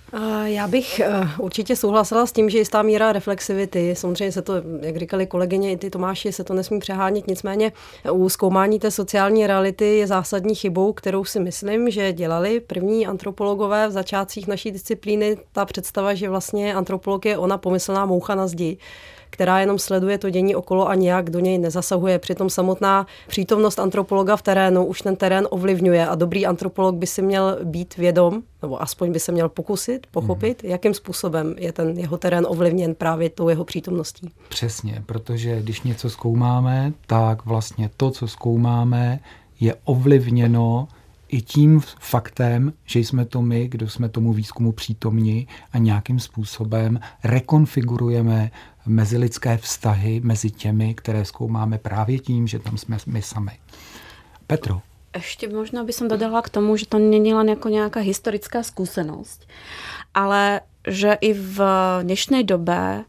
B: Já bych určitě souhlasila s tím, že jistá míra reflexivity, samozřejmě se to, jak říkali kolegyně i ty Tomáši, se to nesmí přehánět, nicméně u zkoumání té sociální reality je zásadní chybou, kterou si myslím, že dělali první antropologové v začátcích naší disciplíny, ta představa, že vlastně antropolog je ona pomyslná moucha na zdi, která jenom sleduje to dění okolo a nějak do něj nezasahuje. Přitom samotná přítomnost antropologa v terénu už ten terén ovlivňuje a dobrý antropolog by si měl být vědom, nebo aspoň by se měl pokusit pochopit, mm. jakým způsobem je ten jeho terén ovlivněn právě tou jeho přítomností.
D: Přesně, protože když něco zkoumáme, tak vlastně to, co zkoumáme, je ovlivněno i tím faktem, že jsme to my, kdo jsme tomu výzkumu přítomni a nějakým způsobem rekonfigurujeme mezilidské vztahy mezi těmi, které zkoumáme právě tím, že tam jsme my sami. Petro.
E: Ešte možno by som dodala k tomu, že to není len ako nejaká historická skúsenosť, ale že i v dnešnej dobe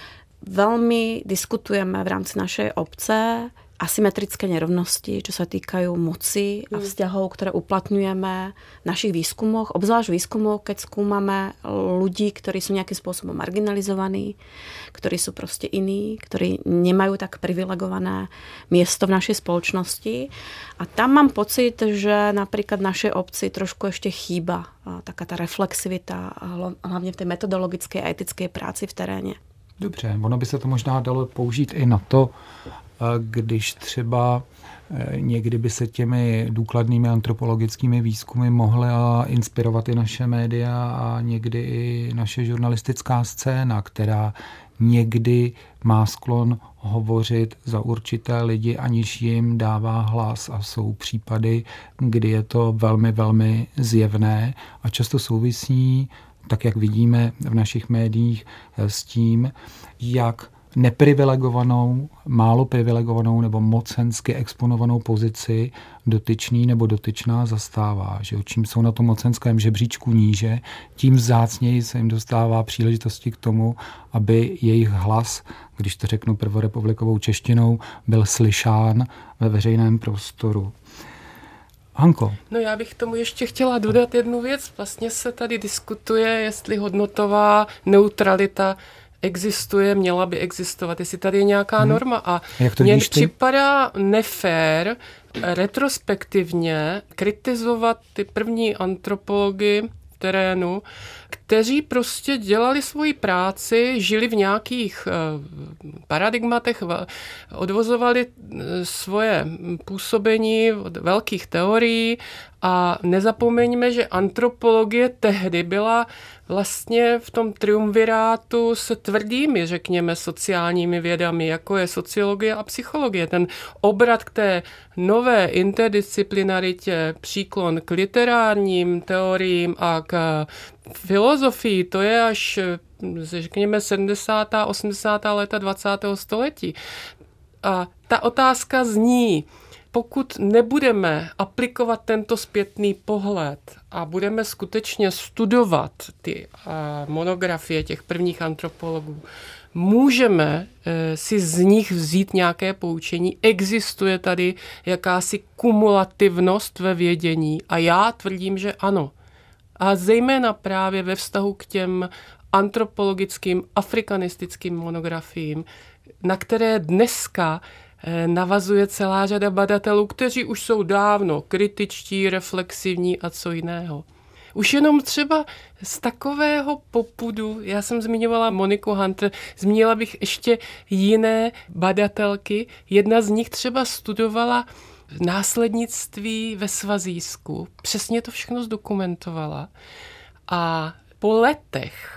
E: veľmi diskutujeme v rámci našej obce asymetrické nerovnosti, čo sa týkajú moci a vzťahov, ktoré uplatňujeme v našich výskumoch, obzvlášť výskumoch, keď skúmame ľudí, ktorí sú nejakým spôsobom marginalizovaní, ktorí sú proste iní, ktorí nemajú tak privilegované miesto v našej spoločnosti. A tam mám pocit, že napríklad v našej obci trošku ešte chýba taká tá reflexivita, hlavne v tej metodologickej a etickej práci v teréne.
D: Dobře, ono by se to možná dalo použít i na to, když třeba někdy by se těmi důkladnými antropologickými výzkumy mohla inspirovat i naše média a někdy i naše žurnalistická scéna, která někdy má sklon hovořit za určité lidi, aniž jim dává hlas. A jsou případy, kdy je to velmi, velmi zjevné a často souvisí, tak jak vidíme v našich médiích, s tím, jak neprivilegovanou, málo privilegovanou nebo mocensky exponovanou pozici dotyčný nebo dotyčná zastává. Že čím jsou na tom mocenském žebříčku níže, tím vzácněji se jim dostává příležitosti k tomu, aby jejich hlas, když to řeknu prvorepublikovou češtinou, byl slyšán ve veřejném prostoru. Hanko.
A: No já bych tomu ještě chtěla dodat jednu věc. Vlastně se tady diskutuje, jestli hodnotová neutralita existuje, měla by existovat, jestli tady je nějaká hmm. norma. A mně připadá nefér retrospektivně kritizovat ty první antropology v terénu, kteří prostě dělali svoji práci, žili v nějakých paradigmatech, odvozovali svoje působení od velkých teorií a nezapomeňme, že antropologie tehdy byla vlastně v tom triumvirátu s tvrdými, řekněme, sociálními vědami, jako je sociologie a psychologie. Ten obrat k té nové interdisciplinaritě, příklon k literárním teoriím a k filozofii, to je až, řekněme, sedmdesátá osmdesátá léta dvacátého století. A ta otázka zní, pokud nebudeme aplikovat tento zpětný pohled a budeme skutečně studovat ty monografie těch prvních antropologů, můžeme si z nich vzít nějaké poučení. Existuje tady jakási kumulativnost ve vědění a já tvrdím, že ano. A zejména právě ve vztahu k těm antropologickým, afrikanistickým monografiím, na které dneska navazuje celá řada badatelů, kteří už jsou dávno kritičtí, reflexivní a co jiného. Už jenom třeba z takového popudu, já jsem zmiňovala Moniku Hunter, zmínila bych ještě jiné badatelky. Jedna z nich třeba studovala následnictví ve Svazijsku. Přesně to všechno zdokumentovala. A po letech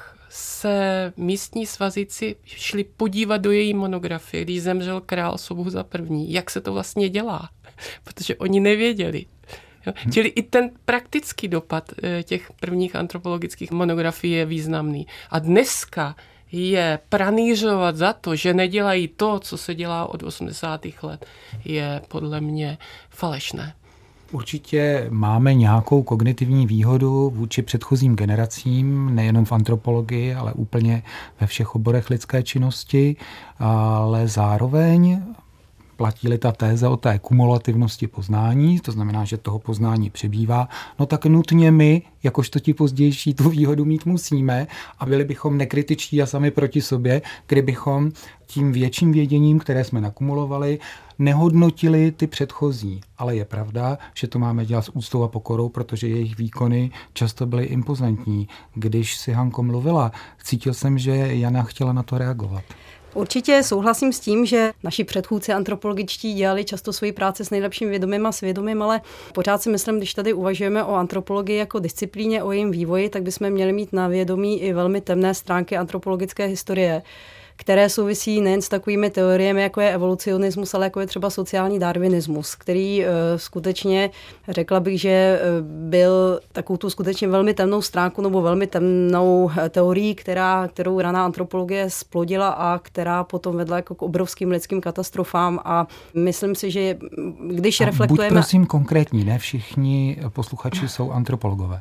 A: se místní Svazíci šli podívat do její monografie, když zemřel král Sobhuza první. Jak se to vlastně dělá? Protože oni nevěděli. Jo? Čili i ten praktický dopad těch prvních antropologických monografií je významný. A dneska je pranýřovat za to, že nedělají to, co se dělá od osmdesátých let, je podle mě falešné.
D: Určitě máme nějakou kognitivní výhodu vůči předchozím generacím, nejenom v antropologii, ale úplně ve všech oborech lidské činnosti, ale zároveň platí-li ta téze o té kumulativnosti poznání, to znamená, že toho poznání přibývá, no tak nutně my, jakožto ti pozdější, tu výhodu mít musíme a byli bychom nekritičtí a sami proti sobě, kdybychom tím větším věděním, které jsme nakumulovali, nehodnotili ty předchozí. Ale je pravda, že to máme dělat s úctou a pokorou, protože jejich výkony často byly impozantní. Když si Hanko mluvila, cítil jsem, že Jana chtěla na to reagovat.
B: Určitě souhlasím s tím, že naši předchůdci antropologičtí dělali často svoji práci s nejlepším vědomím a svědomím, ale pořád si myslím, když tady uvažujeme o antropologii jako disciplíně, o jejím vývoji, tak bychom měli mít na vědomí i velmi temné stránky antropologické historie, které souvisí nejen s takovými teoriemi, jako je evolucionismus, ale jako je třeba sociální darwinismus, který uh, skutečně, řekla bych, že uh, byl takovou tu skutečně velmi temnou stránku nebo velmi temnou teorií, která, kterou raná antropologie splodila a která potom vedla jako k obrovským lidským katastrofám a myslím si, že když a reflektujeme...
D: Buď prosím konkrétní, ne všichni posluchači jsou antropologové.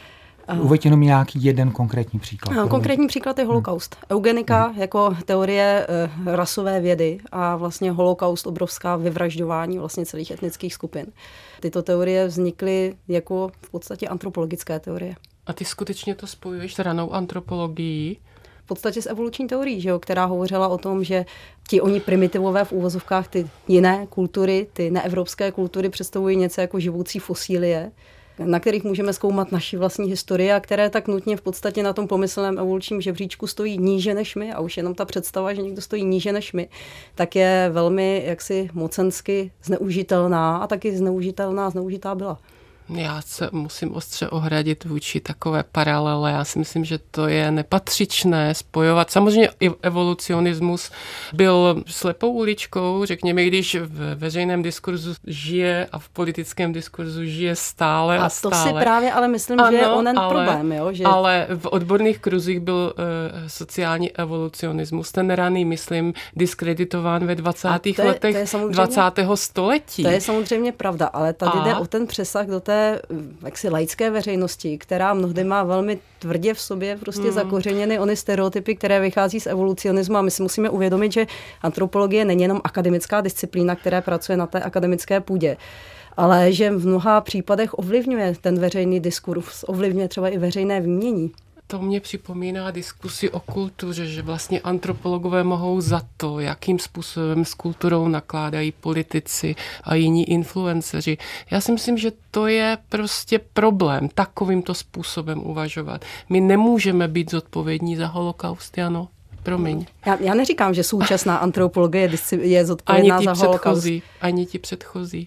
D: Uveď jenom nějaký jeden konkrétní příklad.
B: No, konkrétní příklad je holokaust. Hmm. Eugenika hmm. jako teorie e, rasové vědy a vlastně holokaust, obrovská vyvražďování vlastně celých etnických skupin. Tyto teorie vznikly jako v podstatě antropologické teorie.
A: A ty skutečně to spojuješ s ranou antropologií?
B: V podstatě s evoluční teorií, že jo, která hovořila o tom, že ti oni primitivové v úvozovkách, ty jiné kultury, ty neevropské kultury představují něco jako živoucí fosílie, na kterých můžeme zkoumat naši vlastní historii a které tak nutně v podstatě na tom pomyslném evolučním žebříčku stojí níže než my a už jenom ta představa, že někdo stojí níže než my, tak je velmi jaksi mocensky zneužitelná a taky zneužitelná, zneužitá byla.
A: Já se musím ostře ohradit vůči takové paralele. Já si myslím, že to je nepatřičné spojovat. Samozřejmě evolucionismus byl slepou uličkou, řekněme, když v veřejném diskurzu žije a v politickém diskurzu žije stále a, a stále.
B: A to si právě ale myslím, ano, že je onen ale, problém. Jo? Že...
A: Ale v odborných kruzích byl uh, sociální evolucionismus. Ten raný, myslím, diskreditován ve dvacátých
B: to je,
A: letech
B: to je
A: dvacátého století.
B: To je samozřejmě pravda, ale tady a... jde o ten přesah do té jaksi laické veřejnosti, která mnohdy má velmi tvrdě v sobě prostě mm. zakořeněny ony stereotypy, které vychází z evolucionismu a my si musíme uvědomit, že antropologie není jenom akademická disciplína, která pracuje na té akademické půdě, ale že v mnoha případech ovlivňuje ten veřejný diskurs, ovlivňuje třeba i veřejné mínění.
A: To mě připomíná diskusi o kultuře, že vlastně antropologové mohou za to, jakým způsobem s kulturou nakládají politici a jiní influenceři. Já si myslím, že to je prostě problém, takovýmto způsobem uvažovat. My nemůžeme být zodpovědní za holokaust, Jano. Promiň.
B: Já, já neříkám, že současná antropologie je zodpovědná
A: ani
B: za holokaust.
A: Předchozí, ani ti předchozí.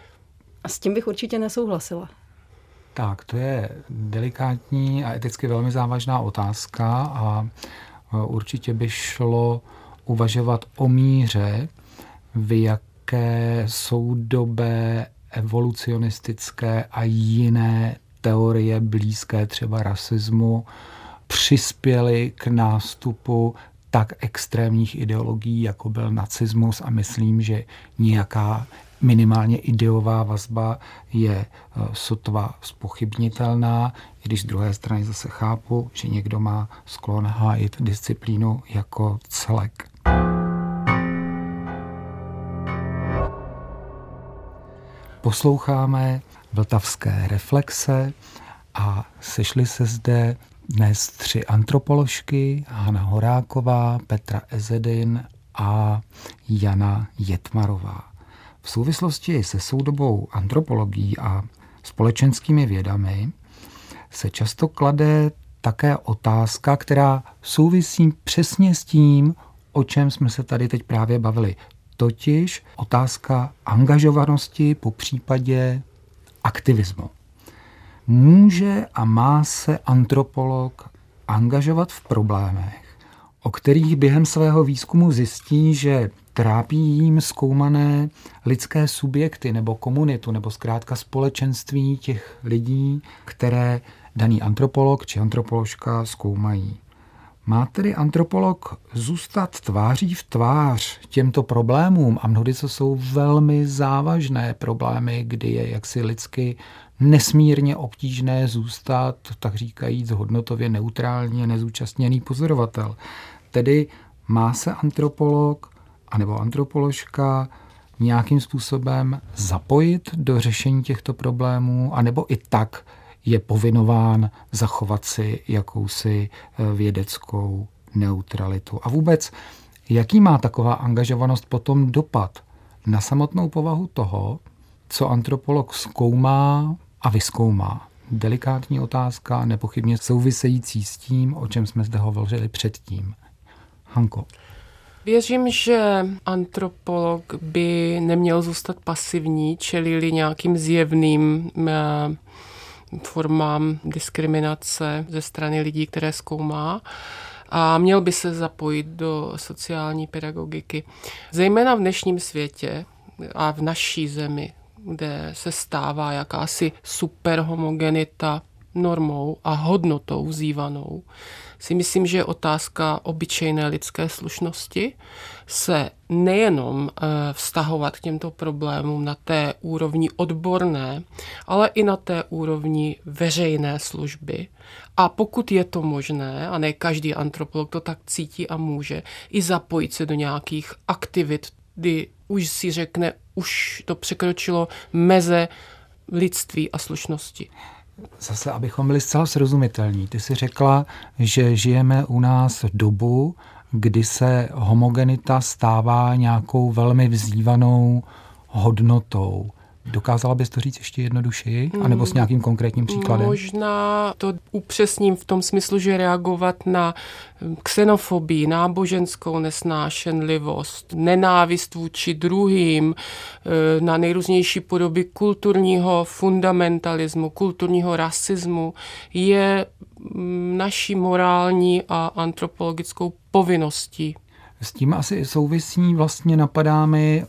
B: A s tím bych určitě nesouhlasila.
D: Tak, to je delikátní a eticky velmi závažná otázka a určitě by šlo uvažovat o míře, v jaké soudobé evolucionistické a jiné teorie blízké třeba rasismu přispěly k nástupu tak extrémních ideologií, jako byl nacismus a myslím, že nějaká minimálně ideová vazba je sotva zpochybnitelná, i když z druhé strany zase chápu, že někdo má sklon hájit disciplínu jako celek. Posloucháme vltavské reflexe a sešly se zde dnes tři antropoložky, Hana Horáková, Petra Ezedin a Jana Jetmarová. V souvislosti se soudobou antropologií a společenskými vědami se často klade také otázka, která souvisí přesně s tím, o čem jsme se tady teď právě bavili. Totiž otázka angažovanosti po případě aktivismu. Může a má se antropolog angažovat v problémech, o kterých během svého výzkumu zjistí, že trápí jím zkoumané lidské subjekty nebo komunitu nebo zkrátka společenství těch lidí, které daný antropolog či antropoložka zkoumají. Má tedy antropolog zůstat tváří v tvář těmto problémům a mnohdy to jsou velmi závažné problémy, kdy je jaksi lidsky nesmírně obtížné zůstat, tak říkajíc, hodnotově neutrálně nezúčastněný pozorovatel. Tedy má se antropolog anebo antropoložka nějakým způsobem zapojit do řešení těchto problémů, anebo i tak je povinován zachovat si jakousi vědeckou neutralitu? A vůbec, jaký má taková angažovanost potom dopad na samotnou povahu toho, co antropolog zkoumá a vyzkoumá? Delikátní otázka, nepochybně související s tím, o čem jsme zde hovořili předtím. Hanko.
A: Věřím, že antropolog by neměl zůstat pasivní, čelili nějakým zjevným formám diskriminace ze strany lidí, které zkoumá, a měl by se zapojit do sociální pedagogiky. Zejména v dnešním světě a v naší zemi, kde se stává jakási superhomogenita normou a hodnotou vzývanou, si myslím, že otázka obyčejné lidské slušnosti se nejenom vztahovat k těmto problémům na té úrovni odborné, ale i na té úrovni veřejné služby. A pokud je to možné, a ne každý antropolog to tak cítí a může, i zapojit se do nějakých aktivit, kdy už si řekne, už to překročilo meze lidství a slušnosti.
D: Zase, abychom byli zcela srozumitelní, ty jsi řekla, že žijeme u nás dobu, kdy se homogenita stává nějakou velmi vzývanou hodnotou. Dokázala bys to říct ještě jednodušeji? A nebo s nějakým konkrétním příkladem?
A: Možná to upřesním v tom smyslu, že reagovat na xenofobii, náboženskou nesnášenlivost, nenávist vůči druhým, na nejrůznější podoby kulturního fundamentalismu, kulturního rasismu je naší morální a antropologickou povinností.
D: S tím asi souvisí, vlastně napadá mi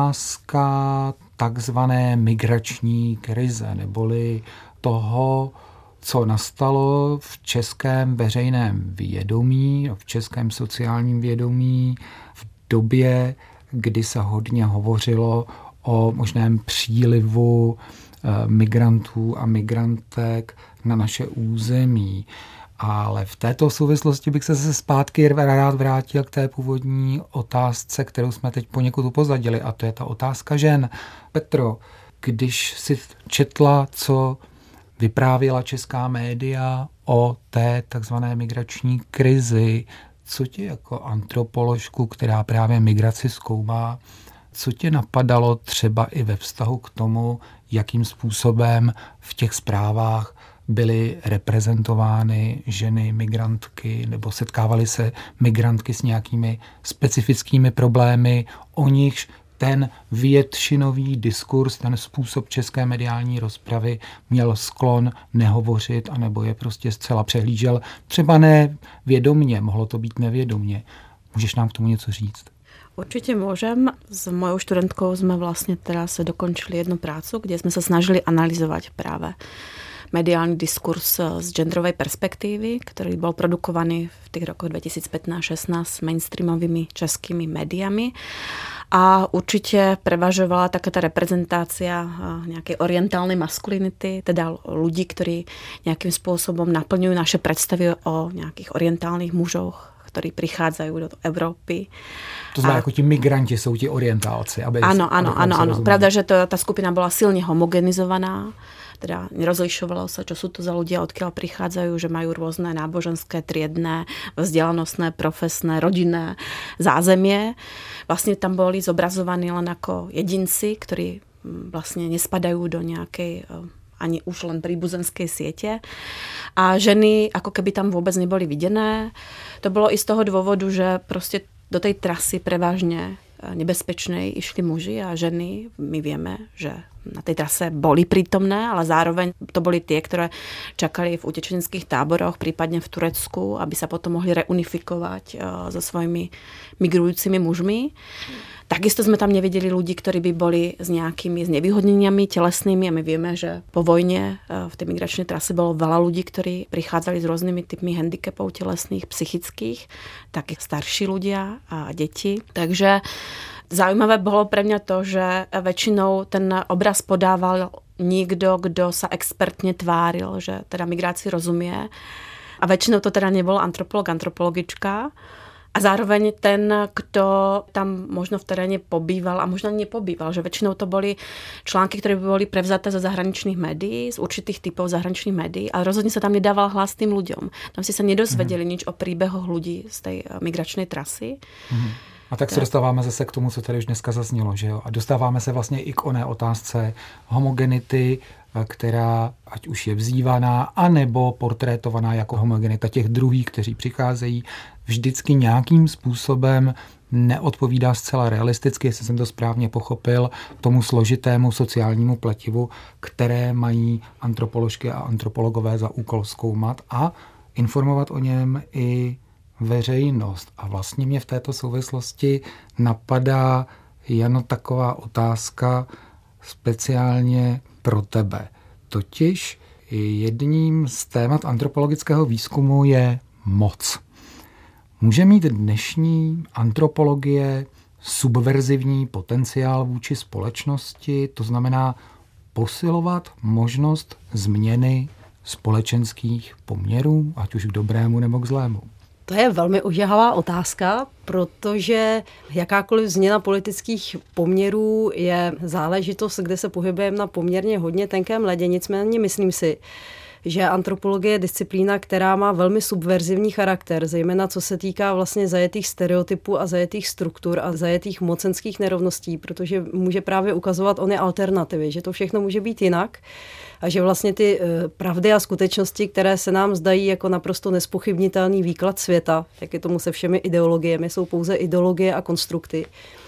D: otázka takzvané migrační krize, neboli toho, co nastalo v českém veřejném vědomí, v českém sociálním vědomí v době, kdy se hodně hovořilo o možném přílivu migrantů a migrantek na naše území. Ale v této souvislosti bych se zase zpátky rád vrátil k té původní otázce, kterou jsme teď poněkud upozadili, a to je ta otázka žen. Petro, když si četla, co vyprávěla česká média o té takzvané migrační krizi, co tě jako antropoložku, která právě migraci zkoumá, co tě napadalo třeba i ve vztahu k tomu, jakým způsobem v těch zprávách byly reprezentovány ženy, migrantky, nebo setkávaly se migrantky s nějakými specifickými problémy, o nichž ten většinový diskurs, ten způsob české mediální rozpravy měl sklon nehovořit, anebo je prostě zcela přehlížel. Třeba ne vědomně, mohlo to být nevědomně. Můžeš nám k tomu něco říct?
E: Určite môžem. S mojou študentkou sme vlastne teraz dokončili jednu prácu, kde sme sa snažili analyzovať práve mediálny diskurs z genderovej perspektívy, ktorý bol produkovaný v tých rokoch dvetisícpätnásť šestnásť mainstreamovými českými médiami. A určite prevažovala taká tá reprezentácia nejakej orientálnej maskulinity, teda ľudí, ktorí nejakým spôsobom naplňujú naše predstavy o nejakých orientálnych mužoch, ktorí prichádzajú do Európy.
D: To znamená, ako ti migranti sú ti orientálci. Aby
E: áno, áno, áno, áno. Pravda, že to, tá skupina bola silne homogenizovaná. Teda nerozlišovalo sa, čo sú to za ľudia, odkiaľ prichádzajú, že majú rôzne náboženské, triedne, vzdelanostné, profesné, rodinné zázemie. Vlastne tam boli zobrazovaní len ako jedinci, ktorí vlastne nespadajú do nejakej ani už len príbuzenskej siete. A ženy ako keby tam vôbec neboli videné. To bolo i z toho dôvodu, že proste do tej trasy prevažne nebezpečnej išli muži a ženy. My vieme, že na tej trase boli prítomné, ale zároveň to boli tie, ktoré čakali v utečeneckých táboroch, prípadne v Turecku, aby sa potom mohli reunifikovať so svojimi migrujúcimi mužmi. Takisto sme tam nevideli ľudí, ktorí by boli s nejakými znevýhodneniami telesnými a my vieme, že po vojne v tej migračnej trase bolo veľa ľudí, ktorí prichádzali s rôznymi typmi handicapov telesných, psychických, tak starší ľudia a deti. Takže zaujímavé bolo pre mňa to, že väčšinou ten obraz podával niekto, kto sa expertne tváril, že teda migrácii rozumie. A väčšinou to teda nebol antropolog, antropologička, A zároveň ten, kto tam možno v teréne pobýval a možno nepobýval, že väčšinou to boli články, ktoré by boli prevzaté zo zahraničných médií, z určitých typov zahraničných médií, ale rozhodne sa tam nedával hlas tým ľuďom. Tam si sa nedozvedeli mm. nič o príbehoch ľudí z tej migračnej trasy.
D: Mm. A tak se dostáváme zase k tomu, co tady už dneska zaznělo, že jo? A dostáváme se vlastně i k oné otázce homogenity, která ať už je vzývaná, anebo portrétovaná jako homogenita těch druhých, kteří přicházejí, vždycky nějakým způsobem neodpovídá zcela realisticky, jestli jsem to správně pochopil, tomu složitému sociálnímu pletivu, které mají antropoložky a antropologové za úkol zkoumat a informovat o něm i veřejnost. A vlastně mě v této souvislosti napadá jen taková otázka speciálně pro tebe. Totiž jedním z témat antropologického výzkumu je moc. Může mít dnešní antropologie subverzivní potenciál vůči společnosti, to znamená posilovat možnost změny společenských poměrů, ať už k dobrému nebo k zlému?
B: To je velmi ožehavá otázka, protože jakákoliv změna politických poměrů je záležitost, kde se pohybujeme na poměrně hodně tenkém ledě. Nicméně myslím si, že antropologie je disciplína, která má velmi subverzivní charakter, zejména co se týká vlastně zajetých stereotypů a zajetých struktur a zajetých mocenských nerovností, protože může právě ukazovat ony alternativy, že to všechno může být jinak a že vlastně ty pravdy a skutečnosti, které se nám zdají jako naprosto nespochybnitelný výklad světa, jak je tomu se všemi ideologiemi, jsou pouze ideologie a konstrukty.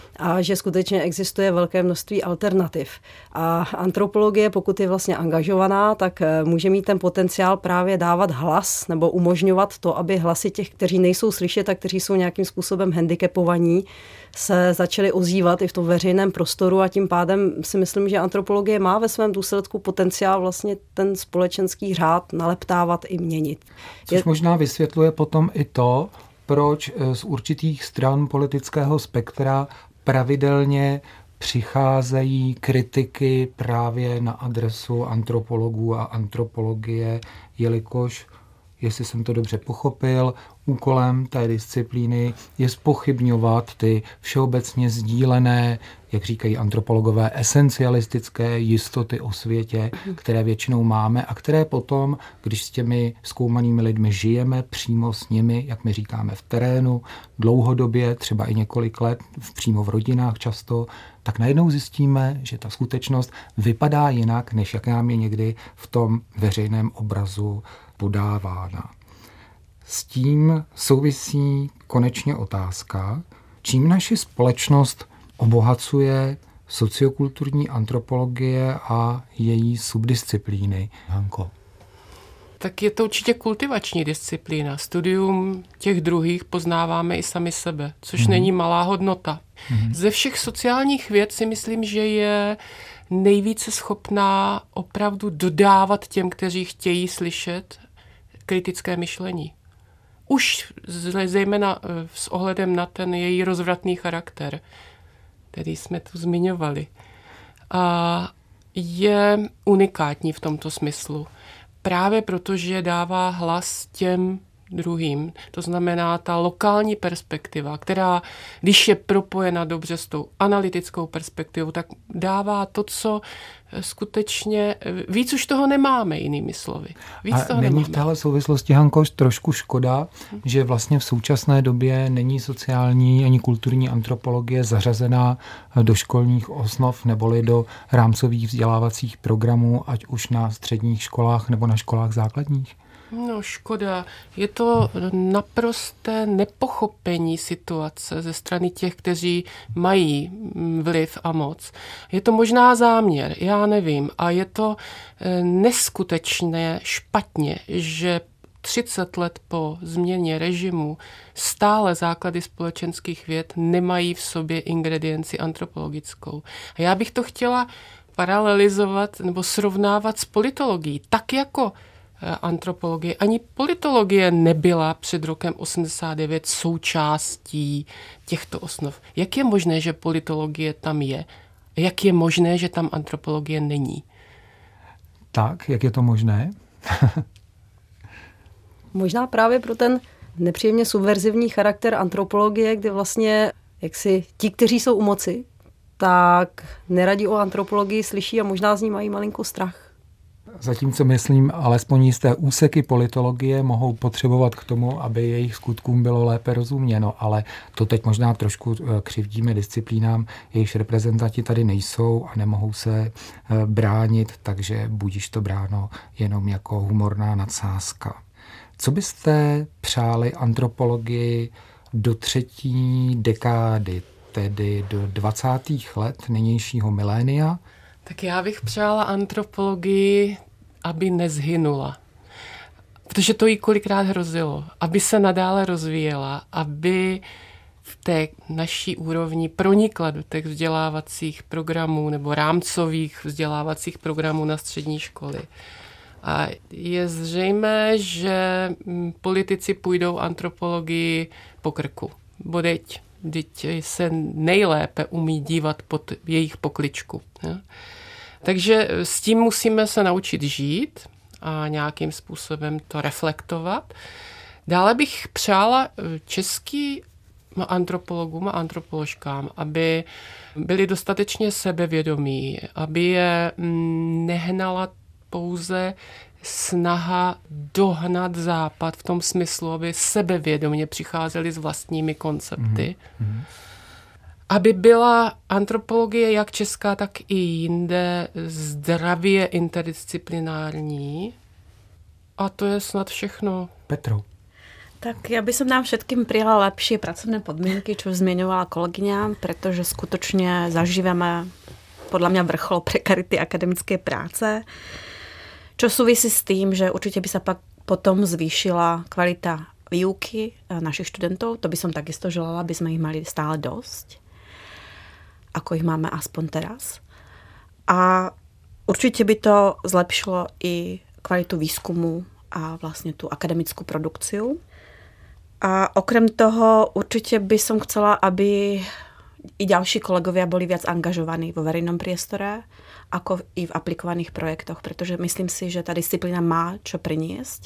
B: A že skutečně existuje velké množství alternativ. A antropologie, pokud je vlastně angažovaná, tak může mít ten potenciál právě dávat hlas nebo umožňovat to, aby hlasy těch, kteří nejsou slyšet a kteří jsou nějakým způsobem handicapovaní, se začaly ozývat i v tom veřejném prostoru a tím pádem si myslím, že antropologie má ve svém důsledku potenciál vlastně ten společenský řád naleptávat i měnit.
D: Což je... možná vysvětluje potom i to, proč z určitých stran politického spektra pravidelně přicházejí kritiky právě na adresu antropologů a antropologie, jelikož, jestli jsem to dobře pochopil, úkolem té disciplíny je zpochybňovat ty všeobecně sdílené, jak říkají antropologové, esencialistické jistoty o světě, které většinou máme a které potom, když s těmi zkoumanými lidmi žijeme přímo s nimi, jak my říkáme, v terénu, dlouhodobě, třeba i několik let, přímo v rodinách často, tak najednou zjistíme, že ta skutečnost vypadá jinak, než jak nám je někdy v tom veřejném obrazu podávána. S tím souvisí konečně otázka, čím naši společnost obohacuje sociokulturní antropologie a její subdisciplíny. Hanko.
A: Tak je to určitě kultivační disciplína. Studium těch druhých poznáváme i sami sebe, což mm-hmm. není malá hodnota. Mm-hmm. Ze všech sociálních věd si myslím, že je nejvíce schopná opravdu dodávat těm, kteří chtějí slyšet, kritické myšlení. Už zejména s ohledem na ten její rozvratný charakter, který jsme tu zmiňovali. A je unikátní v tomto smyslu. Právě protože dává hlas těm druhým. To znamená ta lokální perspektiva, která, když je propojena dobře s tou analytickou perspektivou, tak dává to, co skutečně, víc už toho nemáme, jinými slovy. Víc
D: a
A: toho
D: není
A: nemáme.
D: V téhle souvislosti, Hanko, trošku škoda, že vlastně v současné době není sociální ani kulturní antropologie zařazená do školních osnov neboli do rámcových vzdělávacích programů, ať už na středních školách nebo na školách základních?
A: No škoda. Je to naprosté nepochopení situace ze strany těch, kteří mají vliv a moc. Je to možná záměr, já nevím. A je to neskutečně špatně, že třicet let po změně režimu stále základy společenských věd nemají v sobě ingredienci antropologickou. A já bych to chtěla paralelizovat nebo srovnávat s politologií. Tak jako antropologie. Ani politologie nebyla před rokem osmdesát devět součástí těchto osnov. Jak je možné, že politologie tam je? Jak je možné, že tam antropologie není?
D: Tak, jak je to možné?
B: Možná právě pro ten nepříjemně subverzivní charakter antropologie, kdy vlastně jaksi ti, kteří jsou u moci, tak neradi o antropologii slyší a možná z ní mají malinko strach.
D: Zatímco myslím, alespoň jisté úseky politologie mohou potřebovat k tomu, aby jejich skutkům bylo lépe rozuměno, ale to teď možná trošku křivdíme disciplínám, jejichž reprezentanti tady nejsou a nemohou se bránit, takže budíš to bráno jenom jako humorná nadsázka. Co byste přáli antropologii do třetí dekády, tedy do dvacátých let nynějšího milénia?
A: Tak já bych přála antropologii, aby nezhynula. Protože to jí kolikrát hrozilo. Aby se nadále rozvíjela, aby v té naší úrovni pronikla do těch vzdělávacích programů nebo rámcových vzdělávacích programů na střední školy. A je zřejmé, že politici půjdou antropologii po krku. Bodeť, teď se nejlépe umí dívat pod jejich pokličku. Ja? Takže s tím musíme se naučit žít a nějakým způsobem to reflektovat. Dále bych přála český antropologům a antropoložkám, aby byli dostatečně sebevědomí, aby je nehnala pouze snaha dohnat Západ v tom smyslu, aby sebevědomě přicházeli s vlastními koncepty. Mm-hmm. Aby byla antropologie jak česká, tak i jinde zdravě interdisciplinární. A to je snad všechno.
D: Petro.
E: Tak ja by som nám všetkým prijala lepšie pracovné podmienky, čo zmieňovala kolegyňa, pretože skutočne zažívame podľa mňa vrchol prekarity akademickej práce, čo súvisí s tým, že určite by sa pak potom zvýšila kvalita výuky našich študentov. To by som takisto želala, aby sme ich mali stále dosť, ako ich máme aspoň teraz. A určite by to zlepšilo i kvalitu výskumu a vlastne tú akademickú produkciu. A okrem toho určite by som chcela, aby i ďalší kolegovia boli viac angažovaní vo verejnom priestore, ako i v aplikovaných projektoch, pretože myslím si, že tá disciplína má čo priniesť,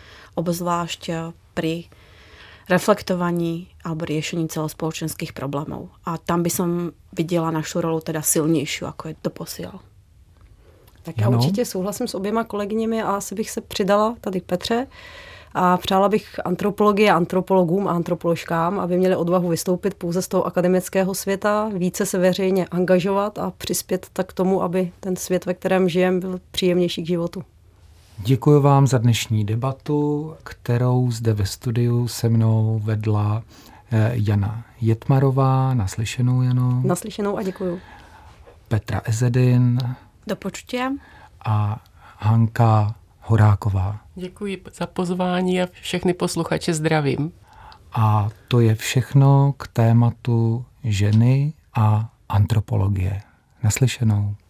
E: obzvlášť pri reflektovaní alebo riešení celospoločenských problémov. A tam by som viděla našu rolu teda silnější, ako je to posiel.
B: Tak já no. určitě souhlasím s oběma kolegyněmi a asi bych se přidala tady Petře a přála bych antropologii a antropologům a antropoložkám, aby měli odvahu vystoupit pouze z toho akademického světa, více se veřejně angažovat a přispět tak k tomu, aby ten svět, ve kterém žijeme, byl příjemnější k životu.
D: Děkuji vám za dnešní debatu, kterou zde ve studiu se mnou vedla Jana Jetmarová. Naslyšenou, Jano.
B: Naslyšenou a děkuju.
D: Petra Ezedin.
E: Do počutia.
D: A Hanka Horáková.
A: Děkuji za pozvání a všechny posluchače zdravím.
D: A to je všechno k tématu ženy a antropologie. Naslyšenou.